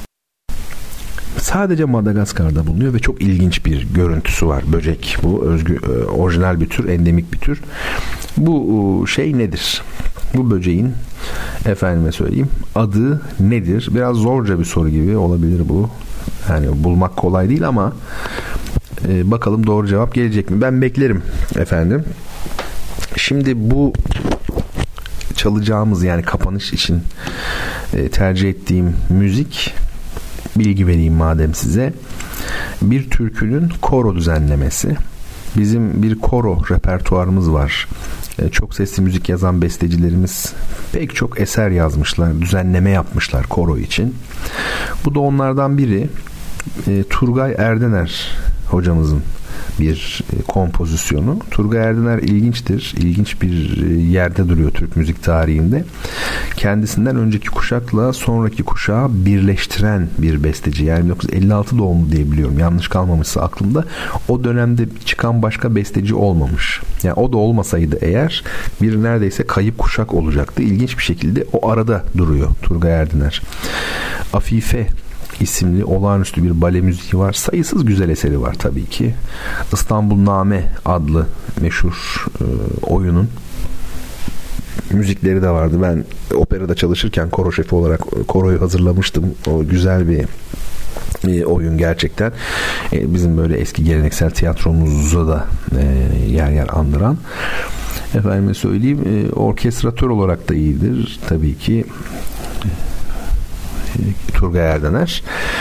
Sadece Madagaskar'da bulunuyor ve çok ilginç bir görüntüsü var. Böcek bu, orijinal bir tür, endemik bir tür. Bu şey nedir? Bu böceğin, efendime söyleyeyim, adı nedir? Biraz zorca bir soru gibi olabilir bu. Yani bulmak kolay değil ama bakalım doğru cevap gelecek mi? Ben beklerim efendim. Şimdi bu çalacağımız, yani kapanış için tercih ettiğim müzik, bilgi vereyim madem size. Bir türkünün koro düzenlemesi. Bizim bir koro repertuarımız var. Çok sesli müzik yazan bestecilerimiz pek çok eser yazmışlar, düzenleme yapmışlar koro için. Bu da onlardan biri. Turgay Erdener hocamızın bir kompozisyonu. Turgay Erdener ilginçtir. İlginç bir yerde duruyor Türk müzik tarihinde. Kendisinden önceki kuşakla sonraki kuşağı birleştiren bir besteci. Yani 1956 doğumlu diye biliyorum. Yanlış kalmamışsa aklımda. O dönemde çıkan başka besteci olmamış. Yani o da olmasaydı eğer bir neredeyse kayıp kuşak olacaktı. İlginç bir şekilde o arada duruyor Turgay Erdener. Afife isimli olağanüstü bir bale müziği var. Sayısız güzel eseri var tabii ki. İstanbulname adlı meşhur oyunun müzikleri de vardı. Ben operada çalışırken koro şefi olarak koroyu hazırlamıştım. O güzel bir oyun gerçekten. Bizim böyle eski geleneksel tiyatromuza da yer yer andıran. Efendime söyleyeyim, orkestratör olarak da iyidir tabii ki Turgay Erdener.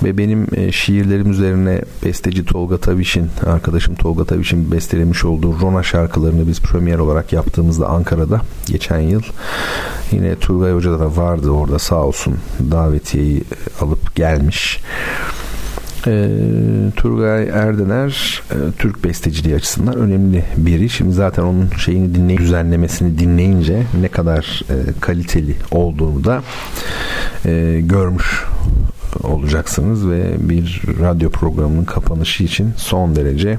ve benim şiirlerim üzerine besteci Tolga Taviş'in, arkadaşım Tolga Taviş'in bestelemiş olduğu Rona şarkılarını biz premier olarak yaptığımızda Ankara'da geçen yıl, yine Turgay Hoca da vardı orada, sağ olsun, davetiyeyi alıp gelmiş. Turgay Erdener Türk besteciliği açısından önemli biri. Şimdi zaten onun şeyini düzenlemesini dinleyince ne kadar kaliteli olduğunu da görmüş olacaksınız ve bir radyo programının kapanışı için son derece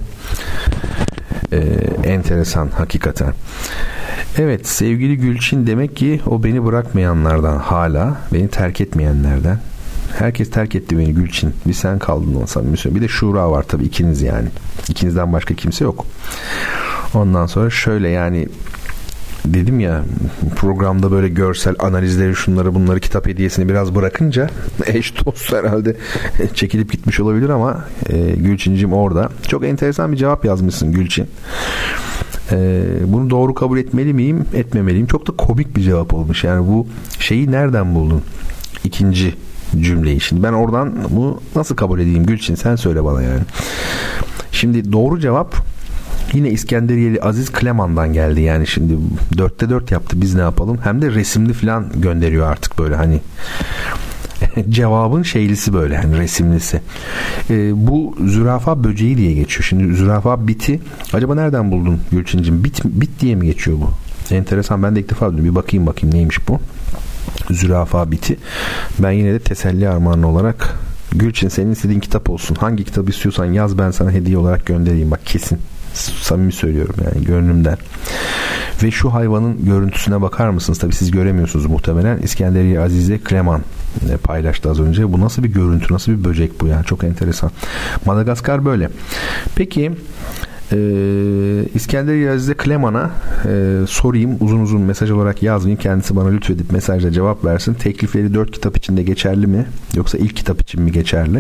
enteresan hakikaten. Evet, sevgili Gülçin, demek ki o beni bırakmayanlardan, hala beni terk etmeyenlerden. Herkes terk etti beni Gülçin. Bir sen kaldın olsam. Bir de Şura var tabii, ikiniz yani. İkinizden başka kimse yok. Ondan sonra şöyle, yani dedim ya, programda böyle görsel analizleri, şunları bunları, kitap hediyesini biraz bırakınca eş dost herhalde çekilip gitmiş olabilir ama Gülçincim orada. Çok enteresan bir cevap yazmışsın Gülçin. Bunu doğru kabul etmeli miyim, etmemeliyim? Çok da komik bir cevap olmuş. Yani bu şeyi nereden buldun? İkinci cümleyi. Şimdi ben oradan bunu nasıl kabul edeyim Gülçin, sen söyle bana yani. Şimdi doğru cevap yine İskenderiyeli Aziz Kleman'dan geldi. Yani şimdi 4'te 4 yaptı, biz ne yapalım? Hem de resimli falan gönderiyor artık, böyle hani cevabın şeylisi, böyle hani resimlisi. Bu zürafa böceği diye geçiyor. Şimdi zürafa biti acaba nereden buldun Gülçincim? Bit diye mi geçiyor bu? Enteresan, ben de ilk defa duydum. Bir bakayım neymiş bu? Zürafa biti. Ben yine de teselli armağanı olarak, Gülçin senin istediğin kitap olsun, hangi kitabı istiyorsan yaz, ben sana hediye olarak göndereyim, bak kesin, samimi söylüyorum yani, gönlümden. Ve şu hayvanın görüntüsüne bakar mısınız? Tabii siz göremiyorsunuz muhtemelen. İskenderiye Azize Kleman paylaştı az önce. Bu nasıl bir görüntü, nasıl bir böcek bu ya, çok enteresan. Madagaskar böyle. Peki İskenderiye Azize Kleman'a sorayım, uzun uzun mesaj olarak yazmayayım, kendisi bana lütfedip mesajla cevap versin. Teklifleri 4 kitap içinde geçerli mi, yoksa ilk kitap için mi geçerli?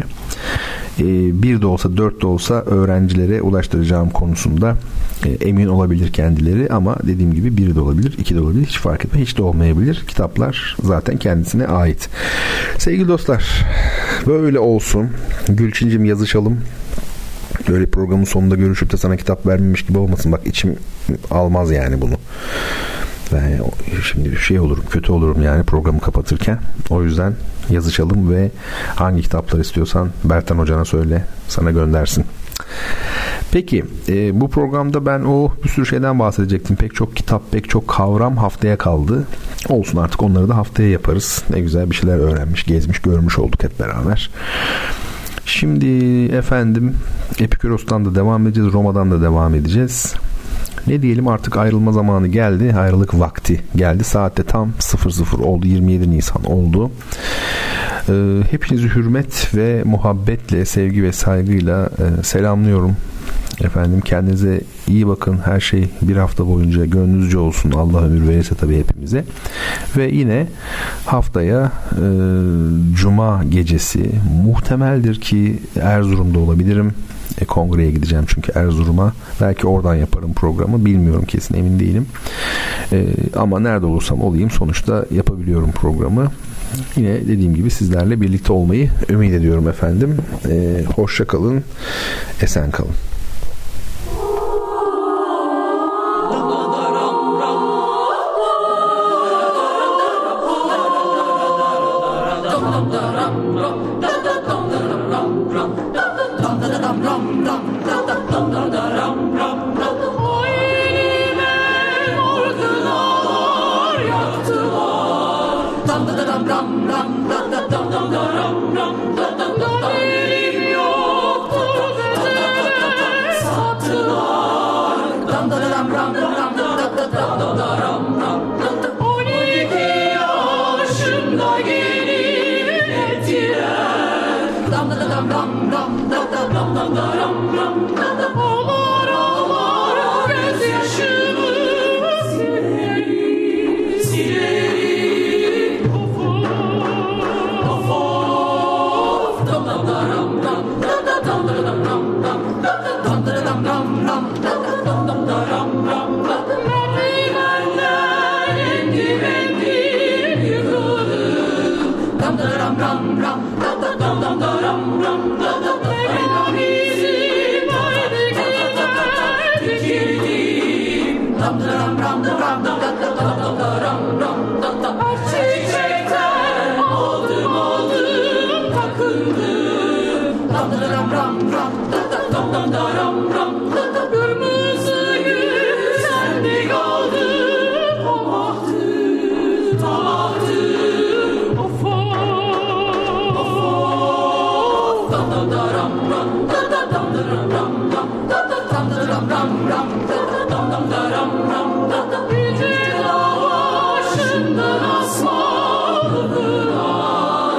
Bir de olsa 4 de olsa öğrencilere ulaştıracağım konusunda emin olabilir kendileri, ama dediğim gibi 1 de olabilir, 2 de olabilir, hiç fark etmez, hiç de olmayabilir. Kitaplar zaten kendisine ait. Sevgili dostlar, böyle olsun. Gülçincim, yazışalım. Böyle programın sonunda görüşüp de sana kitap vermemiş gibi olmasın. Bak, içim almaz yani bunu. Ben şimdi bir şey olurum, kötü olurum yani programı kapatırken. O yüzden yazışalım ve hangi kitaplar istiyorsan Bertan Hoca'na söyle, sana göndersin. Peki bu programda ben bir sürü şeyden bahsedecektim. Pek çok kitap, pek çok kavram haftaya kaldı. Olsun, artık onları da haftaya yaparız. Ne güzel bir şeyler öğrenmiş, gezmiş, görmüş olduk hep beraber. Şimdi efendim Epikuros'tan da devam edeceğiz, Roma'dan da devam edeceğiz. Ne diyelim, artık ayrılma zamanı geldi, ayrılık vakti geldi. Saatte tam 00 oldu, 27 Nisan oldu. Hepinizi hürmet ve muhabbetle, sevgi ve saygıyla selamlıyorum. Efendim, kendinize iyi bakın. Her şey bir hafta boyunca gönlünüzce olsun. Allah ömür verirse tabii hepimize. Ve yine haftaya Cuma gecesi muhtemeldir ki Erzurum'da olabilirim. Kongreye gideceğim çünkü Erzurum'a. Belki oradan yaparım programı. Bilmiyorum, kesin emin değilim. Ama nerede olursam olayım sonuçta yapabiliyorum programı. Yine dediğim gibi sizlerle birlikte olmayı ümit ediyorum efendim. Hoşça kalın. Esen kalın. Çiçekten aldım takındım. Kırmızı gül sende kaldı. Tamahtı of Yüce dağ başından asmalılar.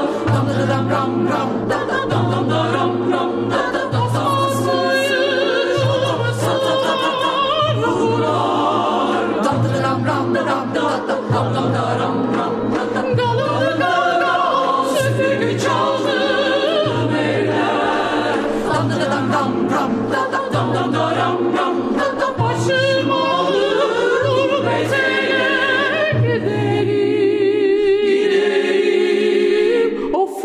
Süpürge çaldım eller. Başım alır gurbetine giderim. Of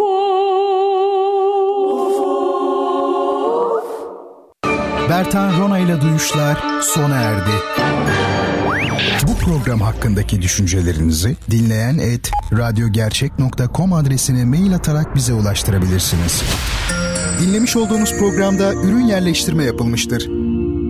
Bertan Rona ile Duyuşlar sona erdi. Bu program hakkındaki düşüncelerinizi dinleyen@radyogercek.com adresine mail atarak bize ulaştırabilirsiniz. Dinlemiş olduğunuz programda ürün yerleştirme yapılmıştır.